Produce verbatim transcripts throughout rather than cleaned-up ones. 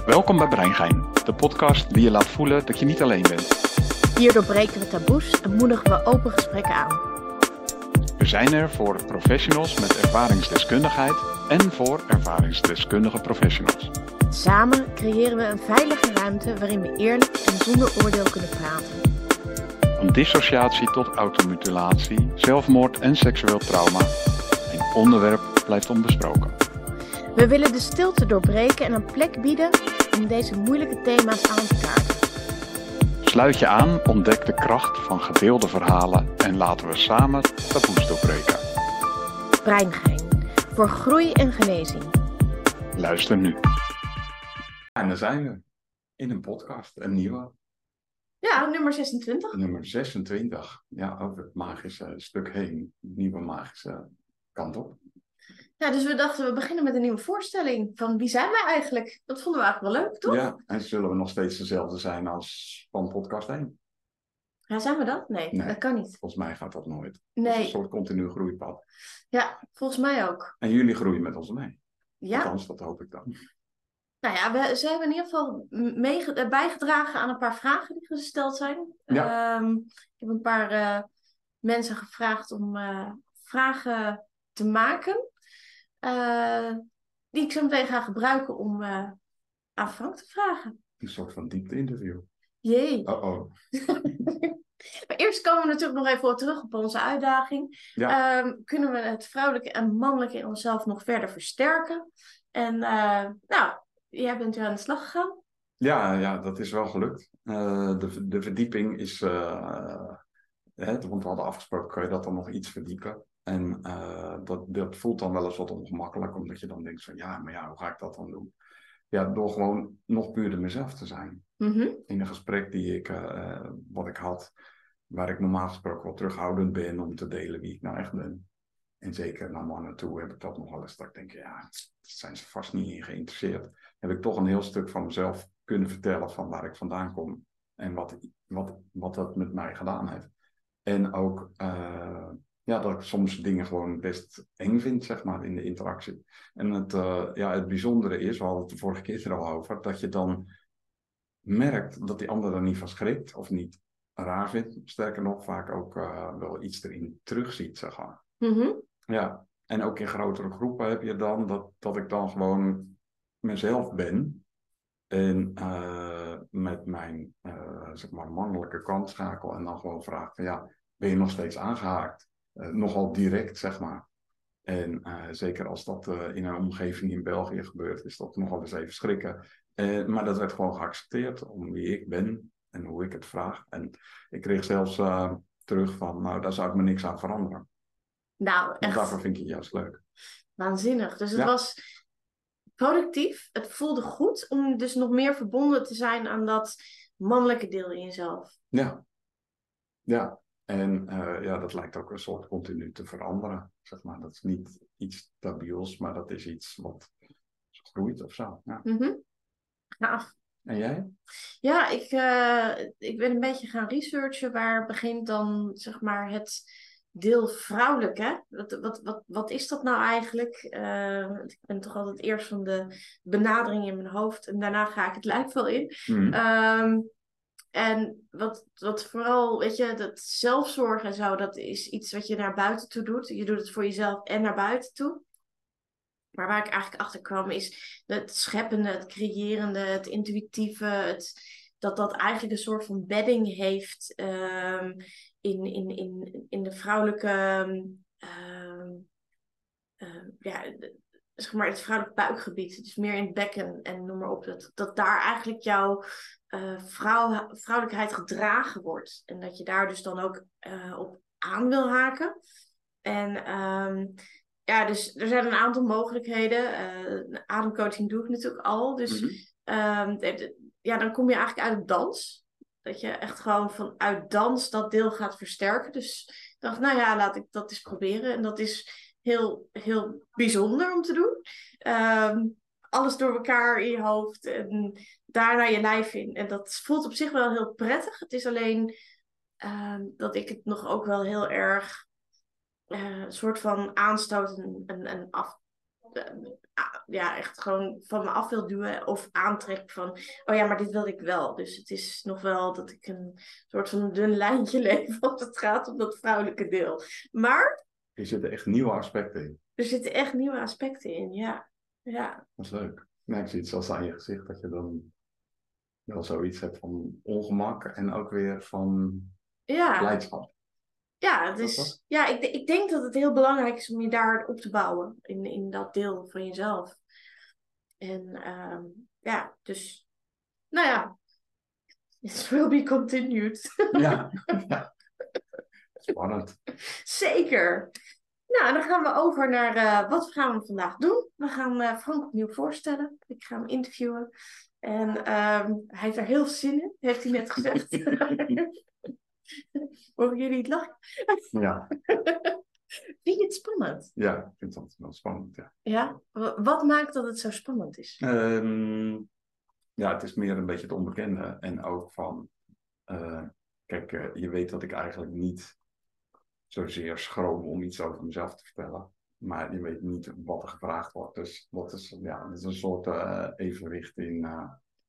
Welkom bij Breingein, de podcast die je laat voelen dat je niet alleen bent. Hier doorbreken we taboes en moedigen we open gesprekken aan. We zijn er voor professionals met ervaringsdeskundigheid en voor ervaringsdeskundige professionals. Samen creëren we een veilige ruimte waarin we eerlijk en zonder oordeel kunnen praten. Van dissociatie tot automutilatie, zelfmoord en seksueel trauma. Een onderwerp blijft onbesproken. We willen de stilte doorbreken en een plek bieden om deze moeilijke thema's aan te kaarten. Sluit je aan, ontdek de kracht van gedeelde verhalen en laten we samen taboes doorbreken. Breingein, voor groei en genezing. Luister nu. En dan zijn we in een podcast, een nieuwe. Ja, nummer zesentwintig. Nummer zesentwintig. Ja, over het magische stuk heen. Nieuwe magische kant op. Ja, dus we dachten we beginnen met een nieuwe voorstelling van wie zijn wij eigenlijk? Dat vonden we eigenlijk wel leuk, toch? Ja, en zullen we nog steeds dezelfde zijn als van podcast één? Ja, zijn we dat? Nee, Nee. dat kan niet. Volgens mij gaat dat nooit. Nee. Het is een soort continu groeipad. Ja, volgens mij ook. En jullie groeien met ons mee. Ja. Althans, dat hoop ik dan. Nou ja, we, ze hebben in ieder geval mee, bijgedragen aan een paar vragen die gesteld zijn. Ja. Um, ik heb een paar uh, mensen gevraagd om uh, vragen te maken. Uh, die ik zo meteen ga gebruiken om uh, aan Frank te vragen. Een soort van diepte-interview. Jee. Uh-oh. Maar eerst komen we natuurlijk nog even terug op onze uitdaging. Ja. Um, kunnen we het vrouwelijke en mannelijke in onszelf nog verder versterken? En uh, nou, jij bent weer aan de slag gegaan. Ja, ja, dat is wel gelukt. Uh, de, de verdieping is... Uh, hè, want we hadden afgesproken, kan je dat dan nog iets verdiepen? En uh, dat, dat voelt dan wel eens wat ongemakkelijk, omdat je dan denkt van ja, maar ja, hoe ga ik dat dan doen? Ja, door gewoon nog puurder mezelf te zijn. Mm-hmm. In een gesprek die ik, uh, wat ik had, waar ik normaal gesproken wel terughoudend ben om te delen wie ik nou echt ben. En zeker naar mannen toe heb ik dat nog wel eens, dat ik denk, ja, daar zijn ze vast niet in geïnteresseerd. Heb ik toch een heel stuk van mezelf kunnen vertellen van waar ik vandaan kom. En wat, wat, wat dat met mij gedaan heeft. En ook... Uh, Ja, dat ik soms dingen gewoon best eng vind, zeg maar, in de interactie. En het, uh, ja, het bijzondere is, we hadden het de vorige keer er al over, dat je dan merkt dat die ander er niet van schrikt of niet raar vindt. Sterker nog, vaak ook uh, wel iets erin terugziet, zeg maar. Mm-hmm. Ja, en ook in grotere groepen heb je dan dat, dat ik dan gewoon mezelf ben. En uh, met mijn, uh, zeg maar, mannelijke kant schakel en dan gewoon vraag van, ja, ben je nog steeds aangehaakt? Uh, nogal direct, zeg maar. En uh, zeker als dat uh, in een omgeving in België gebeurt, is dat nogal eens even schrikken. Uh, maar dat werd gewoon geaccepteerd om wie ik ben en hoe ik het vraag. En ik kreeg zelfs uh, terug van, nou, daar zou ik me niks aan veranderen. Nou, echt. Want daarvoor vind ik het juist leuk. Waanzinnig. Dus het ja. was productief. Het voelde goed om dus nog meer verbonden te zijn aan dat mannelijke deel in jezelf. Ja. Ja. En uh, ja, dat lijkt ook een soort continu te veranderen. Zeg maar. Dat is niet iets stabiels, maar dat is iets wat groeit of zo. Ja. Mm-hmm. Ja. En jij? Ja, ik, uh, ik ben een beetje gaan researchen. Waar begint dan, zeg maar, het deel vrouwelijk, hè? Wat, wat, wat, wat is dat nou eigenlijk? Uh, ik ben toch altijd eerst van de benadering in mijn hoofd. En daarna ga ik het lijf wel in. Mm-hmm. Um, En wat, wat vooral, weet je, dat zelfzorg en zo, dat is iets wat je naar buiten toe doet. Je doet het voor jezelf en naar buiten toe. Maar waar ik eigenlijk achter kwam is het scheppende, het creërende, het intuïtieve. Het, dat dat eigenlijk een soort van bedding heeft um, in, in, in, in de vrouwelijke, um, uh, ja, zeg maar het vrouwelijk buikgebied. Dus meer in het bekken en noem maar op. Dat, dat daar eigenlijk jouw uh, vrouw, vrouwelijkheid gedragen wordt. En dat je daar dus dan ook uh, op aan wil haken. En um, ja, dus er zijn een aantal mogelijkheden. Uh, ademcoaching doe ik natuurlijk al. Dus mm-hmm. um, de, de, ja, dan kom je eigenlijk uit het dans. Dat je echt gewoon vanuit dans dat deel gaat versterken. Dus ik dacht, nou ja, laat ik dat eens proberen. En dat is heel, heel bijzonder om te doen. Um, alles door elkaar in je hoofd en daarna je lijf in. En dat voelt op zich wel heel prettig. Het is alleen um, dat ik het nog ook wel heel erg uh, soort van aanstoot en, en, en af, uh, ja, echt gewoon van me af wil duwen of aantrek van, oh ja, maar dit wil ik wel. Dus het is nog wel dat ik een soort van dun lijntje leef als het gaat om dat vrouwelijke deel. Maar Er zitten echt nieuwe aspecten in. er zitten echt nieuwe aspecten in, ja. ja. Dat is leuk. Nee, ik zie het zelfs aan je gezicht dat je dan wel zoiets hebt van ongemak en ook weer van Ja, blijdschap. ja, het Dat is, was? ja ik, ik denk dat het heel belangrijk is om je daar op te bouwen. In, in dat deel van jezelf. En um, ja, dus, nou ja. It will be continued. Ja, ja. Spannend. Zeker. Nou, dan gaan we over naar uh, wat gaan we vandaag doen. We gaan uh, Frank opnieuw voorstellen. Ik ga hem interviewen. En um, hij heeft er heel veel zin in, heeft hij net gezegd. Horen jullie het lachen? Ja. Vind je het spannend? Ja, ik vind het wel spannend, ja. Ja? Wat maakt dat het zo spannend is? Um, ja, het is meer een beetje het onbekende. En ook van... Uh, kijk, uh, je weet dat ik eigenlijk niet zozeer schroom om iets over mezelf te vertellen. Maar je weet niet wat er gevraagd wordt. Dus dat is, ja, dat is een soort uh, evenwicht in... Uh,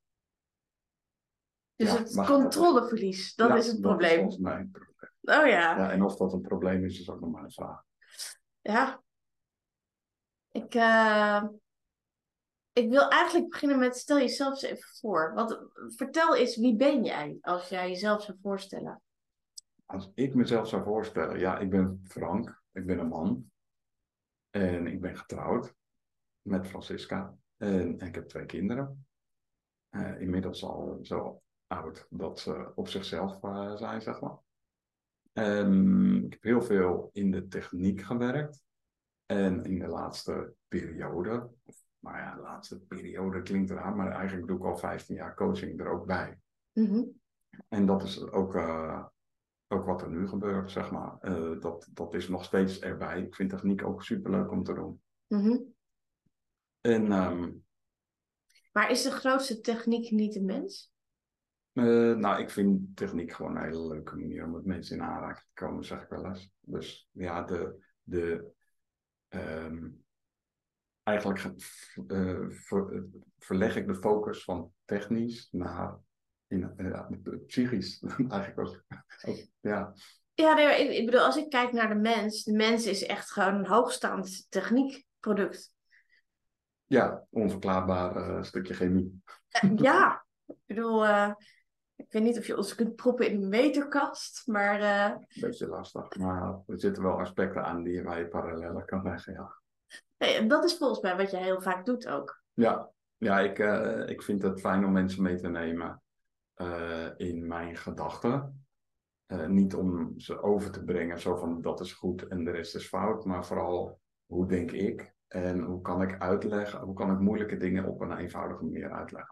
dus ja, het controleverlies, dat, dat is het dat probleem. Is volgens mij het probleem. Oh ja. Ja. En of dat een probleem is, is ook nog maar een vraag. Ja. Ik, uh, ik wil eigenlijk beginnen met, stel jezelf eens even voor. Wat, vertel eens, wie ben jij als jij jezelf zou voorstellen? Als ik mezelf zou voorstellen, ja, ik ben Frank, ik ben een man. En ik ben getrouwd met Francisca. En, en ik heb twee kinderen. Uh, inmiddels al zo oud dat ze op zichzelf uh, zijn, zeg maar. Um, ik heb heel veel in de techniek gewerkt. En in de laatste periode, maar ja, de laatste periode klinkt eraan, maar eigenlijk doe ik al vijftien jaar coaching er ook bij. Mm-hmm. En dat is ook, uh, ook wat er nu gebeurt, zeg maar. Uh, dat, dat is nog steeds erbij. Ik vind techniek ook superleuk om te doen. Mm-hmm. En, um, maar is de grootste techniek niet de mens? Uh, nou, ik vind techniek gewoon een hele leuke manier om met mensen in aanraking te komen, zeg ik wel eens. Dus ja, de, de, um, eigenlijk uh, ver, verleg ik de focus van technisch naar in, uh, psychisch. Eigenlijk ook, ook, ja. Ja, nee, ik, ik bedoel, als ik kijk naar de mens, de mens is echt gewoon een hoogstaand techniekproduct. Ja, onverklaarbaar uh, stukje chemie. Uh, ja, ik bedoel... Uh, Ik weet niet of je ons kunt proppen in een meterkast, maar... Uh... Een beetje lastig, maar er zitten wel aspecten aan die wij parallellen kan leggen, ja. Nee, dat is volgens mij wat je heel vaak doet ook. Ja, ja ik, uh, ik vind het fijn om mensen mee te nemen uh, in mijn gedachten. Uh, niet om ze over te brengen, zo van dat is goed en de rest is fout, maar vooral hoe denk ik en hoe kan ik uitleggen, hoe kan ik moeilijke dingen op een eenvoudige manier uitleggen.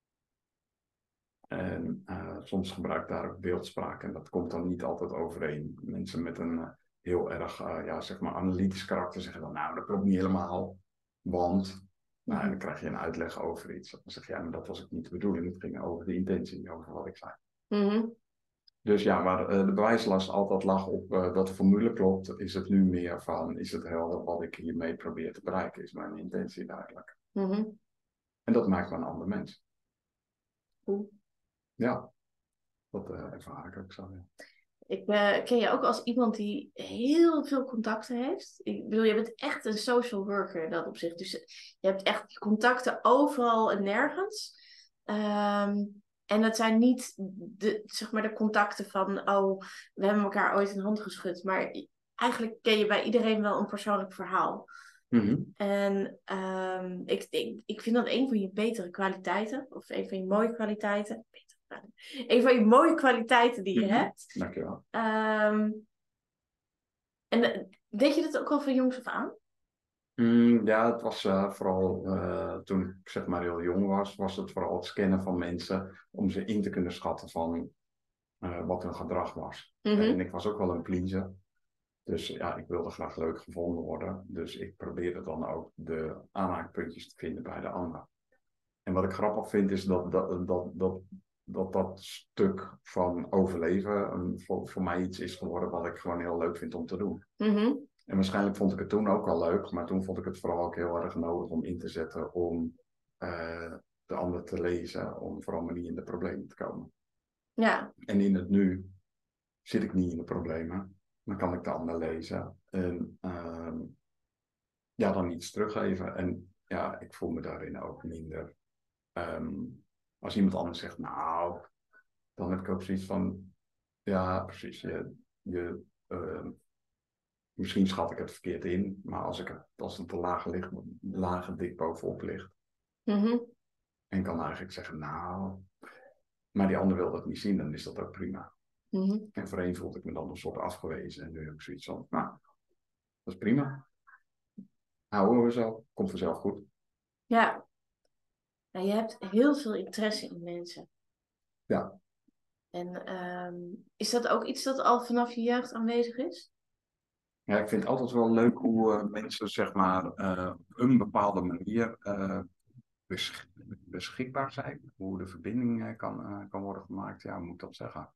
En uh, soms gebruik ik daar ook beeldspraak en dat komt dan niet altijd overeen. Mensen met een uh, heel erg uh, ja, zeg maar analytisch karakter zeggen dan, nou, dat klopt niet helemaal, want nou, en dan krijg je een uitleg over iets. Dan zeg je, ja, maar dat was ook niet de bedoeling, het ging over de intentie, over wat ik zei. Mm-hmm. Dus ja, waar uh, de bewijslast altijd lag op uh, dat de formule klopt, is het nu meer van, is het helder wat ik hiermee probeer te bereiken, is mijn intentie duidelijk. Mm-hmm. En dat maakt me een ander mens. Oeh. Ja, dat uh, ervaar ik ook zo. Ja. Ik uh, ken je ook als iemand die heel veel contacten heeft. Ik bedoel, je bent echt een social worker in dat opzicht. Dus je hebt echt contacten overal en nergens. Um, en dat zijn niet de, zeg maar de contacten van, oh, we hebben elkaar ooit een hand geschud. Maar eigenlijk ken je bij iedereen wel een persoonlijk verhaal. Mm-hmm. En um, ik, ik, ik vind dat een van je betere kwaliteiten. Of een van je mooie kwaliteiten. Een van je mooie kwaliteiten die je mm-hmm. hebt. Dankjewel. Um, en deed je dat ook al van jongs af aan? Mm, ja, het was uh, vooral uh, toen ik zeg maar heel jong was, was het vooral het scannen van mensen om ze in te kunnen schatten van uh, wat hun gedrag was. Mm-hmm. En ik was ook wel een pleaser. Dus ja, ik wilde graag leuk gevonden worden. Dus ik probeerde dan ook de aanhaakpuntjes te vinden bij de ander. En wat ik grappig vind is dat dat, dat, dat, dat, dat stuk van overleven um, voor, voor mij iets is geworden wat ik gewoon heel leuk vind om te doen. Mm-hmm. En waarschijnlijk vond ik het toen ook al leuk, maar toen vond ik het vooral ook heel erg nodig om in te zetten om uh, de ander te lezen, om vooral maar niet in de problemen te komen. Ja. En in het nu zit ik niet in de problemen, dan kan ik de ander lezen en uh, ja, dan iets teruggeven. En ja, ik voel me daarin ook minder. Um, als iemand anders zegt, nou, dan heb ik ook zoiets van, ja, precies, je, je uh, misschien schat ik het verkeerd in, maar als, ik het, als het te laag ligt, laag dik bovenop ligt. Mm-hmm. En kan eigenlijk zeggen, nou, maar die ander wil dat niet zien, dan is dat ook prima. Mm-hmm. En voor een voelde ik me dan een soort afgewezen. En nu heb ik zoiets van, nou, dat is prima. Houden we zo, komt vanzelf goed. Ja. Nou, je hebt heel veel interesse in mensen. Ja. En um, is dat ook iets dat al vanaf je jeugd aanwezig is? Ja, ik vind het altijd wel leuk hoe uh, mensen, zeg maar, uh, een bepaalde manier uh, besch- beschikbaar zijn. Hoe de verbinding uh, kan, uh, kan worden gemaakt. Ja, hoe moet ik dat zeggen?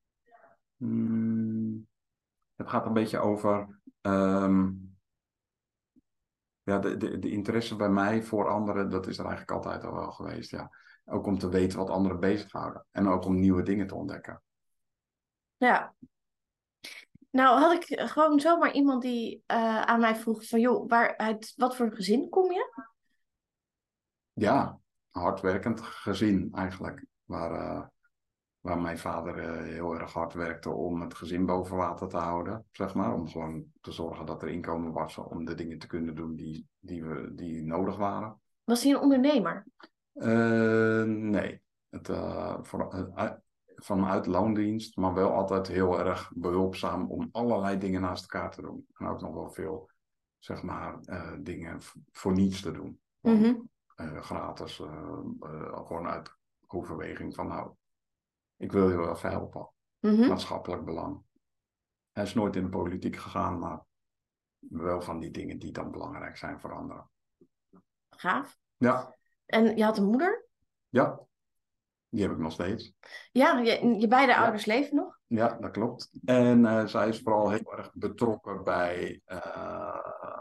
Hmm, het gaat een beetje over um, ja, de, de, de interesse bij mij voor anderen, dat is er eigenlijk altijd al wel geweest. Ja. Ook om te weten wat anderen bezighouden. En ook om nieuwe dingen te ontdekken. Ja. Nou had ik gewoon zomaar iemand die uh, aan mij vroeg van joh, waar, uit wat voor gezin kom je? Ja, hardwerkend gezin eigenlijk. Waar, uh, waar mijn vader uh, heel erg hard werkte om het gezin boven water te houden. Zeg maar. Om gewoon te zorgen dat er inkomen was om de dingen te kunnen doen die, die, we, die nodig waren. Was hij een ondernemer? Uh, nee. Het, uh, voor, uh, vanuit loondienst, maar wel altijd heel erg behulpzaam om allerlei dingen naast elkaar te doen. En ook nog wel veel, zeg maar, uh, dingen voor niets te doen. Want, Mm-hmm. uh, gratis, uh, uh, gewoon uit overweging van, nou, ik wil je wel even helpen. Mm-hmm. Maatschappelijk belang. Hij is nooit in de politiek gegaan, maar wel van die dingen die dan belangrijk zijn voor anderen. Gaaf. Ja. En je had een moeder? Ja. Die heb ik nog steeds. Ja, je, je beide ja. ouders leven nog? Ja, dat klopt. En uh, zij is vooral heel erg betrokken bij, uh,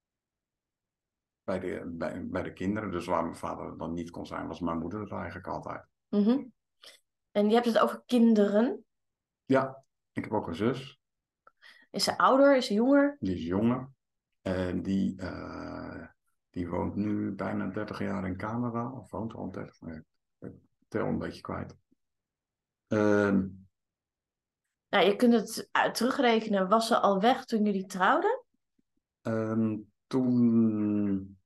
bij, de, bij, bij de kinderen. Dus waar mijn vader dan niet kon zijn, was mijn moeder er eigenlijk altijd. Mm-hmm. En je hebt het over kinderen? Ja, ik heb ook een zus. Is ze ouder? Is ze jonger? Die is jonger. En die, uh, die woont nu bijna dertig jaar in Canada. Of woont al dertig jaar. Ik tel een beetje kwijt. Uh, Nou, je kunt het terugrekenen. Was ze al weg toen jullie trouwden? Uh, toen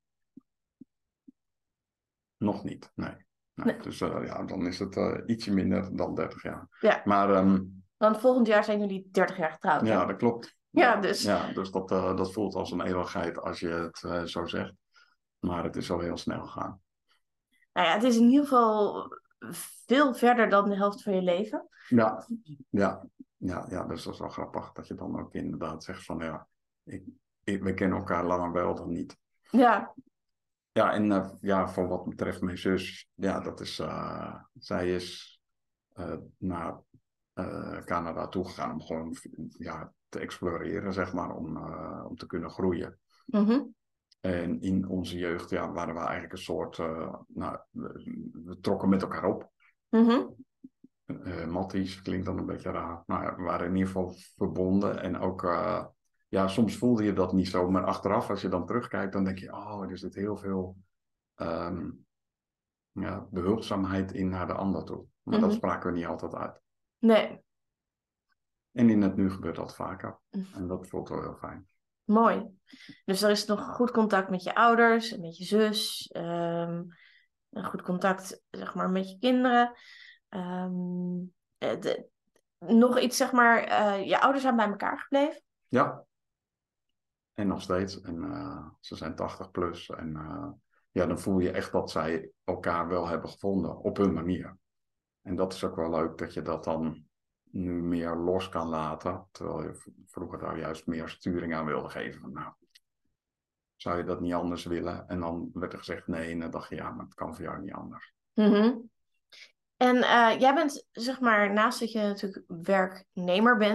nog niet, nee. nee, nee. Dus uh, ja, dan is het uh, ietsje minder dan dertig jaar. Ja. Maar, um, want volgend jaar zijn jullie dertig jaar getrouwd. Ja, hè? dat klopt. Ja, dus. Ja, dus dat, uh, dat voelt als een eeuwigheid als je het uh, zo zegt. Maar het is al heel snel gegaan. Nou ja, het is in ieder geval veel verder dan de helft van je leven. Ja, ja, ja, ja, dus dat is wel grappig dat je dan ook inderdaad zegt van ja, ik, ik, we kennen elkaar langer wel dan niet. Ja. Ja, en uh, ja, voor wat betreft mijn zus, ja, dat is, uh, zij is uh, naar uh, Canada toegegaan om gewoon ja, te exploreren, zeg maar, om, uh, om te kunnen groeien. Mm-hmm. En in onze jeugd ja, waren we eigenlijk een soort, uh, nou, we, we trokken met elkaar op. Mm-hmm. Uh, Matties, klinkt dan een beetje raar. Maar nou, we waren in ieder geval verbonden. En ook, uh, ja, soms voelde je dat niet zo. Maar achteraf, als je dan terugkijkt, dan denk je, oh, er zit heel veel um, ja, behulpzaamheid in naar de ander toe. Maar mm-hmm. dat spraken we niet altijd uit. Nee. En in het nu gebeurt dat vaker. En dat voelt wel heel fijn. Mooi. Dus er is nog goed contact met je ouders en met je zus. Um, goed contact, zeg maar, met je kinderen. Um, de, nog iets, zeg maar, uh, je ouders zijn bij elkaar gebleven? Ja. En nog steeds. En uh, ze zijn tachtig plus. En uh, ja, dan voel je echt dat zij elkaar wel hebben gevonden op hun manier. En dat is ook wel leuk dat je dat dan nu meer los kan laten. Terwijl je vroeger daar juist meer sturing aan wilde geven. Van, nou, zou je dat niet anders willen? En dan werd er gezegd nee. En dan dacht je, ja, maar het kan voor jou niet anders. Mm-hmm. En uh, jij bent, zeg maar, naast dat je natuurlijk werknemer bent,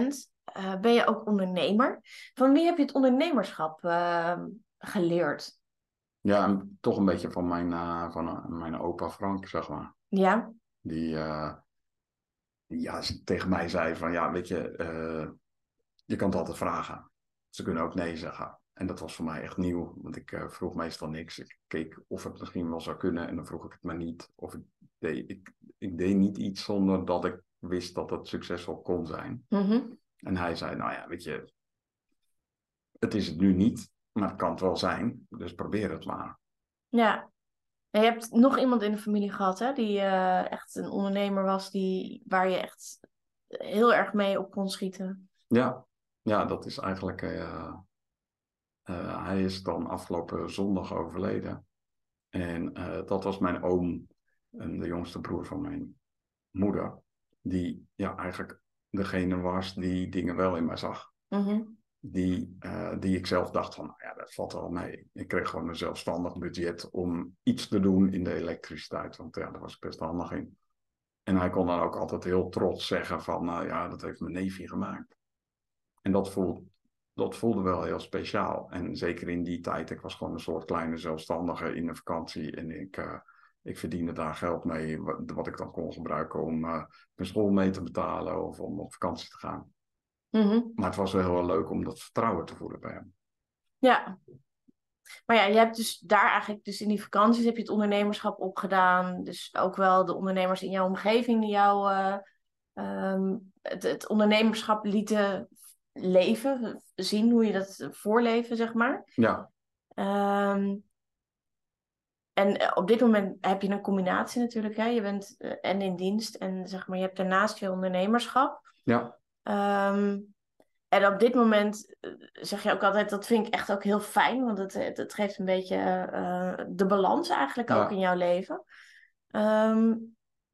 uh, ben je ook ondernemer. Van wie heb je het ondernemerschap uh, geleerd? Ja, en toch een beetje van mijn, uh, van, uh, mijn opa Frank, zeg maar. Ja. Die, uh, die ja, tegen mij zei van, ja, weet je, uh, je kan het altijd vragen. Ze kunnen ook nee zeggen. En dat was voor mij echt nieuw, want ik uh, vroeg meestal niks. Ik keek of het misschien wel zou kunnen en dan vroeg ik het maar niet. Of ik deed, ik, ik deed niet iets zonder dat ik wist dat het succesvol kon zijn. Mm-hmm. En hij zei, nou ja, weet je, het is het nu niet, maar het kan het wel zijn. Dus probeer het maar. Ja. En je hebt nog iemand in de familie gehad, hè? Die uh, echt een ondernemer was, die, waar je echt heel erg mee op kon schieten. Ja, ja dat is eigenlijk... Uh, uh, hij is dan afgelopen zondag overleden. En uh, dat was mijn oom, en de jongste broer van mijn moeder. Die ja, eigenlijk degene was die dingen wel in mij zag. Mm-hmm. Die, uh, die ik zelf dacht van, nou ja, dat valt wel mee. Ik kreeg gewoon een zelfstandig budget om iets te doen in de elektriciteit. Want ja, daar was ik best handig in. En hij kon dan ook altijd heel trots zeggen van, nou ja, dat heeft mijn neefje gemaakt. En dat voelde, dat voelde wel heel speciaal. En zeker in die tijd, ik was gewoon een soort kleine zelfstandige in een vakantie. En ik, uh, ik verdiende daar geld mee, wat, wat ik dan kon gebruiken om uh, mijn school mee te betalen of om op vakantie te gaan. Mm-hmm. Maar het was wel heel leuk om dat vertrouwen te voelen bij hem. Ja. Maar ja, je hebt dus daar eigenlijk, dus in die vakanties heb je het ondernemerschap opgedaan. Dus ook wel de ondernemers in jouw omgeving die jou uh, um, het, het ondernemerschap lieten leven, zien hoe je dat voorleven, zeg maar. Ja. Um, en op dit moment heb je een combinatie natuurlijk. Hè? Je bent uh, en in dienst en zeg maar, je hebt daarnaast je ondernemerschap. Ja. Um, En op dit moment zeg je ook altijd, dat vind ik echt ook heel fijn, want het, het, het geeft een beetje uh, de balans eigenlijk Ja. ook in jouw leven. Um,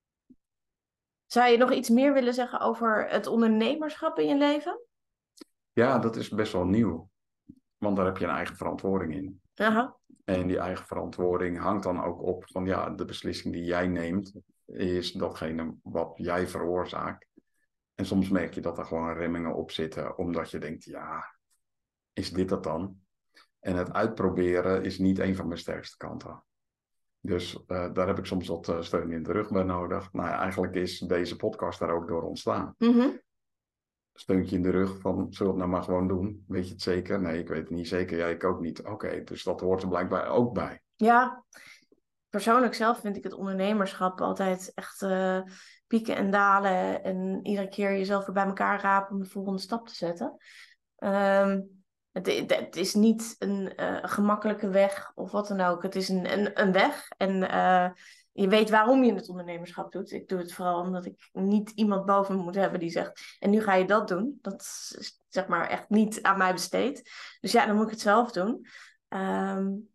zou je nog iets meer willen zeggen over het ondernemerschap in je leven? Ja, dat is best wel nieuw. Want daar heb je een eigen verantwoording in. Aha. En die eigen verantwoording hangt dan ook op van ja, de beslissing die jij neemt, is datgene wat jij veroorzaakt. En soms merk je dat er gewoon remmingen op zitten, omdat je denkt, ja, is dit het dan? En het uitproberen is niet een van mijn sterkste kanten. Dus uh, daar heb ik soms wat uh, steun in de rug bij nodig. Nou ja, eigenlijk is deze podcast daar ook door ontstaan. Mm-hmm. Steuntje in de rug van, zullen we het nou maar gewoon doen? Weet je het zeker? Nee, ik weet het niet zeker. Ja, ik ook niet. Oké, okay, dus dat hoort er blijkbaar ook bij. Ja, persoonlijk zelf vind ik het ondernemerschap altijd echt uh, pieken en dalen. En iedere keer jezelf weer bij elkaar rapen om de volgende stap te zetten. Um, het, het is niet een uh, gemakkelijke weg of wat dan ook. Het is een, een, een weg. En uh, je weet waarom je het ondernemerschap doet. Ik doe het vooral omdat ik niet iemand boven me moet hebben die zegt, en nu ga je dat doen. Dat is zeg maar echt niet aan mij besteed. Dus ja, dan moet ik het zelf doen. Um,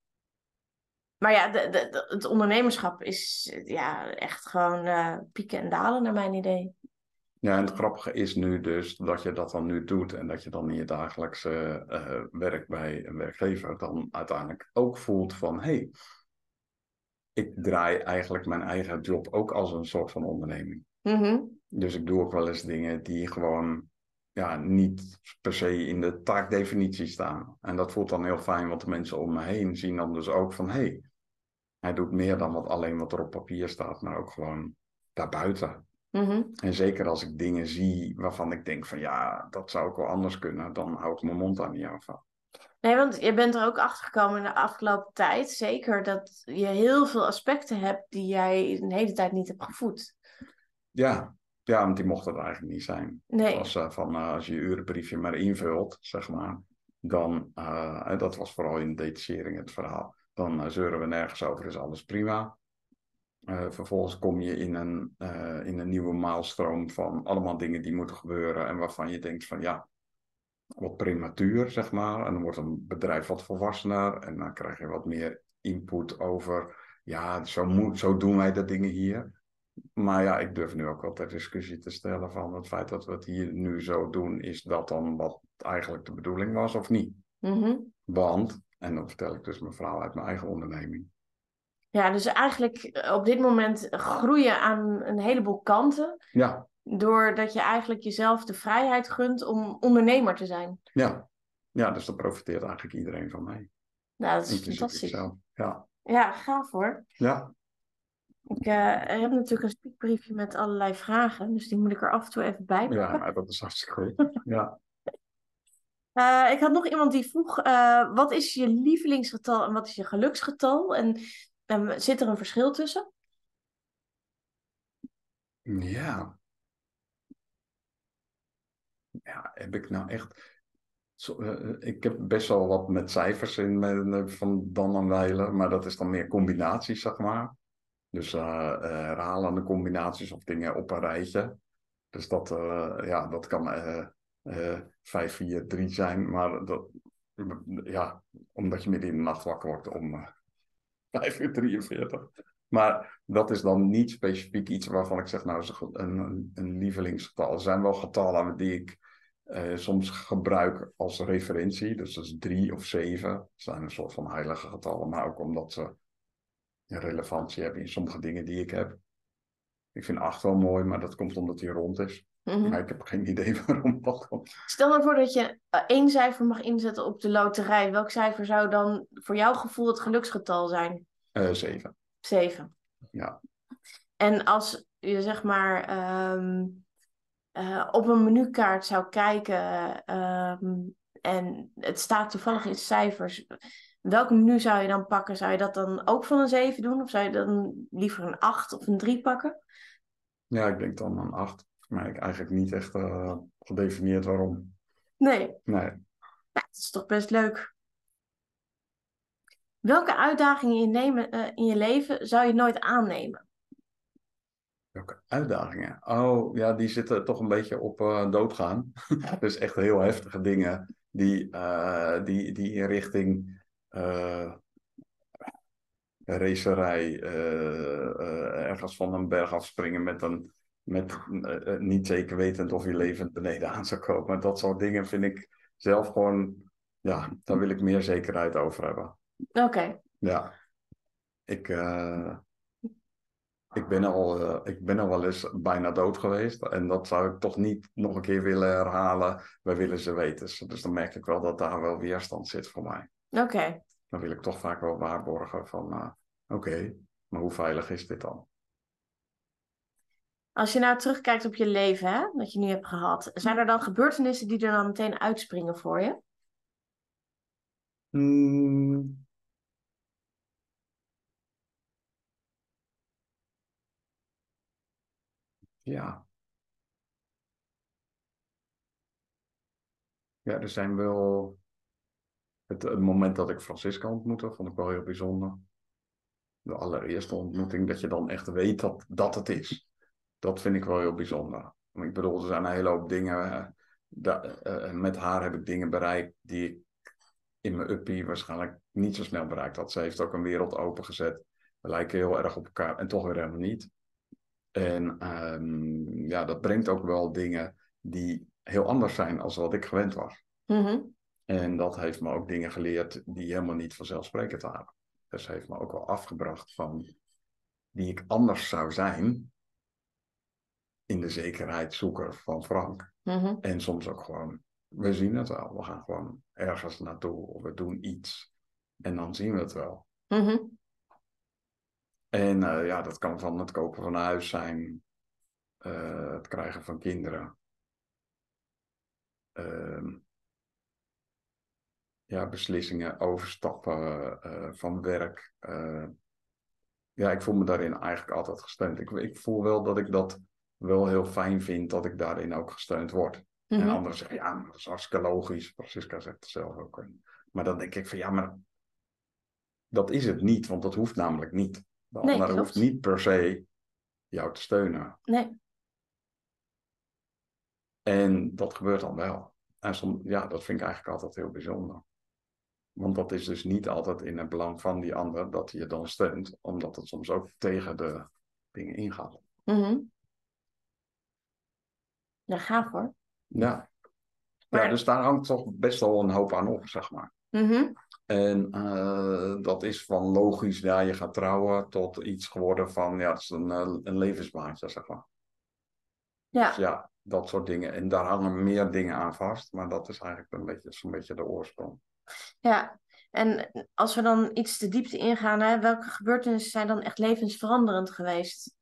Maar ja, de, de, de, het ondernemerschap is ja, echt gewoon uh, pieken en dalen naar mijn idee. Ja, en het grappige is nu dus dat je dat dan nu doet en dat je dan in je dagelijkse uh, werk bij een werkgever dan uiteindelijk ook voelt van hé, hey, ik draai eigenlijk mijn eigen job ook als een soort van onderneming. Mm-hmm. Dus ik doe ook wel eens dingen die gewoon ja, niet per se in de taakdefinitie staan. En dat voelt dan heel fijn, want de mensen om me heen zien dan dus ook van hé, hey, hij doet meer dan wat alleen wat er op papier staat, maar ook gewoon daarbuiten. Mm-hmm. En zeker als ik dingen zie waarvan ik denk van ja, dat zou ook wel anders kunnen, dan hou ik mijn mond daar niet aan van. Nee, want je bent er ook achter gekomen in de afgelopen tijd. Zeker dat je heel veel aspecten hebt die jij een hele tijd niet hebt gevoed. Ja, ja, want die mocht het eigenlijk niet zijn. Nee. Het was uh, van uh, als je je urenbriefje maar invult, zeg maar, dan, uh, dat was vooral in de detachering het verhaal, dan uh, zeuren we nergens over, is alles prima. Uh, vervolgens kom je in een, uh, in een nieuwe maalstroom van allemaal dingen die moeten gebeuren en waarvan je denkt van ja, wat prematuur, zeg maar. En dan wordt een bedrijf wat volwassener en dan krijg je wat meer input over, ja, zo, moet, zo doen wij de dingen hier. Maar ja, ik durf nu ook wel ter discussie te stellen van het feit dat we het hier nu zo doen, is dat dan wat eigenlijk de bedoeling was of niet? Mm-hmm. Want, en dan vertel ik dus mijn verhaal uit mijn eigen onderneming. Ja, dus eigenlijk op dit moment groeien aan een heleboel kanten. Ja. Doordat je eigenlijk jezelf de vrijheid gunt om ondernemer te zijn. Ja, ja, dus daar profiteert eigenlijk iedereen van mij. Nou, dat is Inclusief fantastisch. ikzelf. Ja. Ja, gaaf hoor. Ja. Ik uh, heb natuurlijk een spiekbriefje met allerlei vragen, dus die moet ik er af en toe even bij pakken. Ja, nou, dat is hartstikke goed. Ja. Uh, ik had nog iemand die vroeg, uh, wat is je lievelingsgetal en wat is je geluksgetal? En um, zit er een verschil tussen? Ja. Ja, heb ik nou echt... Zo, uh, ik heb best wel wat met cijfers in met, van dan en wijlen, maar dat is dan meer combinaties, zeg maar. Dus uh, uh, herhalende combinaties of dingen op een rijtje. Dus dat, uh, ja, dat kan uh, uh, vijf, vier, drie zijn, maar dat, ja, omdat je midden in de nacht wakker wordt om uh, vijf uur drieënveertig. Maar dat is dan niet specifiek iets waarvan ik zeg, nou, een, een, een lievelingsgetal. Er zijn wel getallen die ik uh, soms gebruik als referentie. Dus dat is drie of zeven. Dat zijn een soort van heilige getallen, maar ook omdat ze een relevantie hebben in sommige dingen die ik heb. Ik vind acht wel mooi, maar dat komt omdat hij rond is. Mm-hmm. Maar ik heb geen idee waarom dat komt. Stel nou voor dat je één cijfer mag inzetten op de loterij. Welk cijfer zou dan voor jouw gevoel het geluksgetal zijn? Uh, zeven. Zeven. Ja. En als je zeg maar um, uh, op een menukaart zou kijken um, en het staat toevallig in cijfers, welk menu zou je dan pakken? Zou je dat dan ook van een zeven doen? Of zou je dan liever een acht of een drie pakken? Ja, ik denk dan een acht. Maar ik eigenlijk niet echt uh, gedefinieerd waarom. Nee. Nee. Ja, het is toch best leuk. Welke uitdagingen in je, nemen, uh, in je leven zou je nooit aannemen? Welke uitdagingen? Oh, ja, die zitten toch een beetje op uh, doodgaan. Dus echt heel heftige dingen die, uh, die, die in richting uh, racerij, uh, uh, ergens van een berg afspringen met een met uh, niet zeker wetend of je levend beneden aan zou komen. Dat soort dingen vind ik zelf gewoon, ja, daar wil ik meer zekerheid over hebben. Oké. Okay. Ja. Ik, uh, ik, ben al, uh, ik ben al wel eens bijna dood geweest. En dat zou ik toch niet nog een keer willen herhalen. Wij willen ze weten. Dus dan merk ik wel dat daar wel weerstand zit voor mij. Oké. Okay. Dan wil ik toch vaak wel waarborgen van, uh, oké, okay, maar hoe veilig is dit dan? Als je nou terugkijkt op je leven, hè, dat je nu hebt gehad. Zijn er dan gebeurtenissen die er dan meteen uitspringen voor je? Hmm. Ja. Ja, er zijn wel... Het, het moment dat ik Francisca ontmoette, vond ik wel heel bijzonder. De allereerste ontmoeting, dat je dan echt weet dat, dat het is. Dat vind ik wel heel bijzonder. Ik bedoel, er zijn een hele hoop dingen... Uh, da, uh, met haar heb ik dingen bereikt die ik in mijn uppie waarschijnlijk niet zo snel bereikt had. Ze heeft ook een wereld opengezet. We lijken heel erg op elkaar en toch weer helemaal niet. En um, ja, dat brengt ook wel dingen die heel anders zijn als wat ik gewend was. Mm-hmm. En dat heeft me ook dingen geleerd die helemaal niet vanzelfsprekend waren. Dus heeft me ook wel afgebracht van wie ik anders zou zijn in de zekerheidszoeker van Frank. Mm-hmm. En soms ook gewoon, we zien het wel. We gaan gewoon ergens naartoe of we doen iets. En dan zien we het wel. Mm-hmm. En uh, ja, dat kan van het kopen van een huis zijn. Uh, het krijgen van kinderen. Uh, ja, beslissingen, overstappen uh, van werk. Uh, ja, ik voel me daarin eigenlijk altijd gesteund. Ik, ik voel wel dat ik dat wel heel fijn vind, dat ik daarin ook gesteund word. Mm-hmm. En anderen zeggen, ja, maar dat is hartstikke logisch. Francisca zegt het zelf ook. Maar dan denk ik van, ja, maar dat is het niet, want dat hoeft namelijk niet. De nee, ander hoeft niet per se jou te steunen. Nee. En dat gebeurt dan wel. En soms, ja, dat vind ik eigenlijk altijd heel bijzonder. Want dat is dus niet altijd in het belang van die ander dat hij je dan steunt. Omdat het soms ook tegen de dingen ingaat. Mm-hmm. Ja, gaaf hoor. Ja. Maar... ja, dus daar hangt toch best wel een hoop aan op, zeg maar. Mm-hmm. En uh, dat is van logisch, ja, je gaat trouwen, tot iets geworden van, ja, het is een, een levensbaantje, zeg maar. Ja. Dus ja, dat soort dingen. En daar hangen meer dingen aan vast. Maar dat is eigenlijk een beetje, zo'n beetje de oorsprong. Ja, en als we dan iets de diepte ingaan, hè, welke gebeurtenissen zijn dan echt levensveranderend geweest?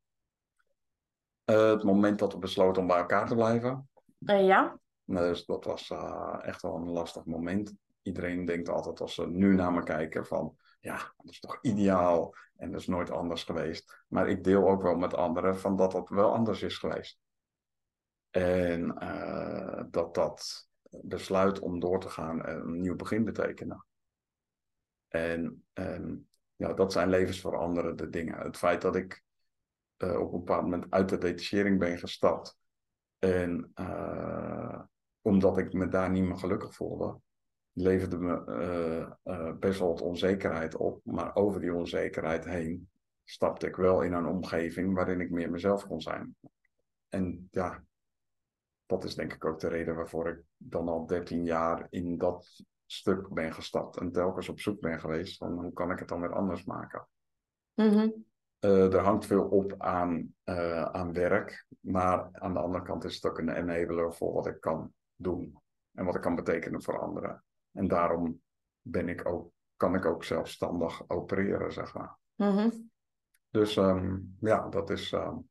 Uh, het moment dat we besloten om bij elkaar te blijven. Uh, ja. Dus dat was uh, echt wel een lastig moment. Iedereen denkt altijd als ze nu naar me kijken van... Ja, dat is toch ideaal. En dat is nooit anders geweest. Maar ik deel ook wel met anderen van dat het wel anders is geweest. En uh, dat dat besluit om door te gaan een nieuw begin betekende. En, en ja, dat zijn levensveranderende dingen. Het feit dat ik uh, op een bepaald moment uit de detachering ben gestapt. En uh, omdat ik me daar niet meer gelukkig voelde, leverde me uh, uh, best wel wat onzekerheid op. Maar over die onzekerheid heen stapte ik wel in een omgeving waarin ik meer mezelf kon zijn. En ja, dat is denk ik ook de reden waarvoor ik dan al dertien jaar in dat stuk ben gestapt. En telkens op zoek ben geweest van hoe kan ik het dan weer anders maken. Mm-hmm. Uh, er hangt veel op aan, uh, aan werk. Maar aan de andere kant is het ook een enabler voor wat ik kan doen. En wat ik kan betekenen voor anderen. En daarom ben ik ook, kan ik ook zelfstandig opereren, zeg maar. Mm-hmm. Dus um, ja, dat is... Um,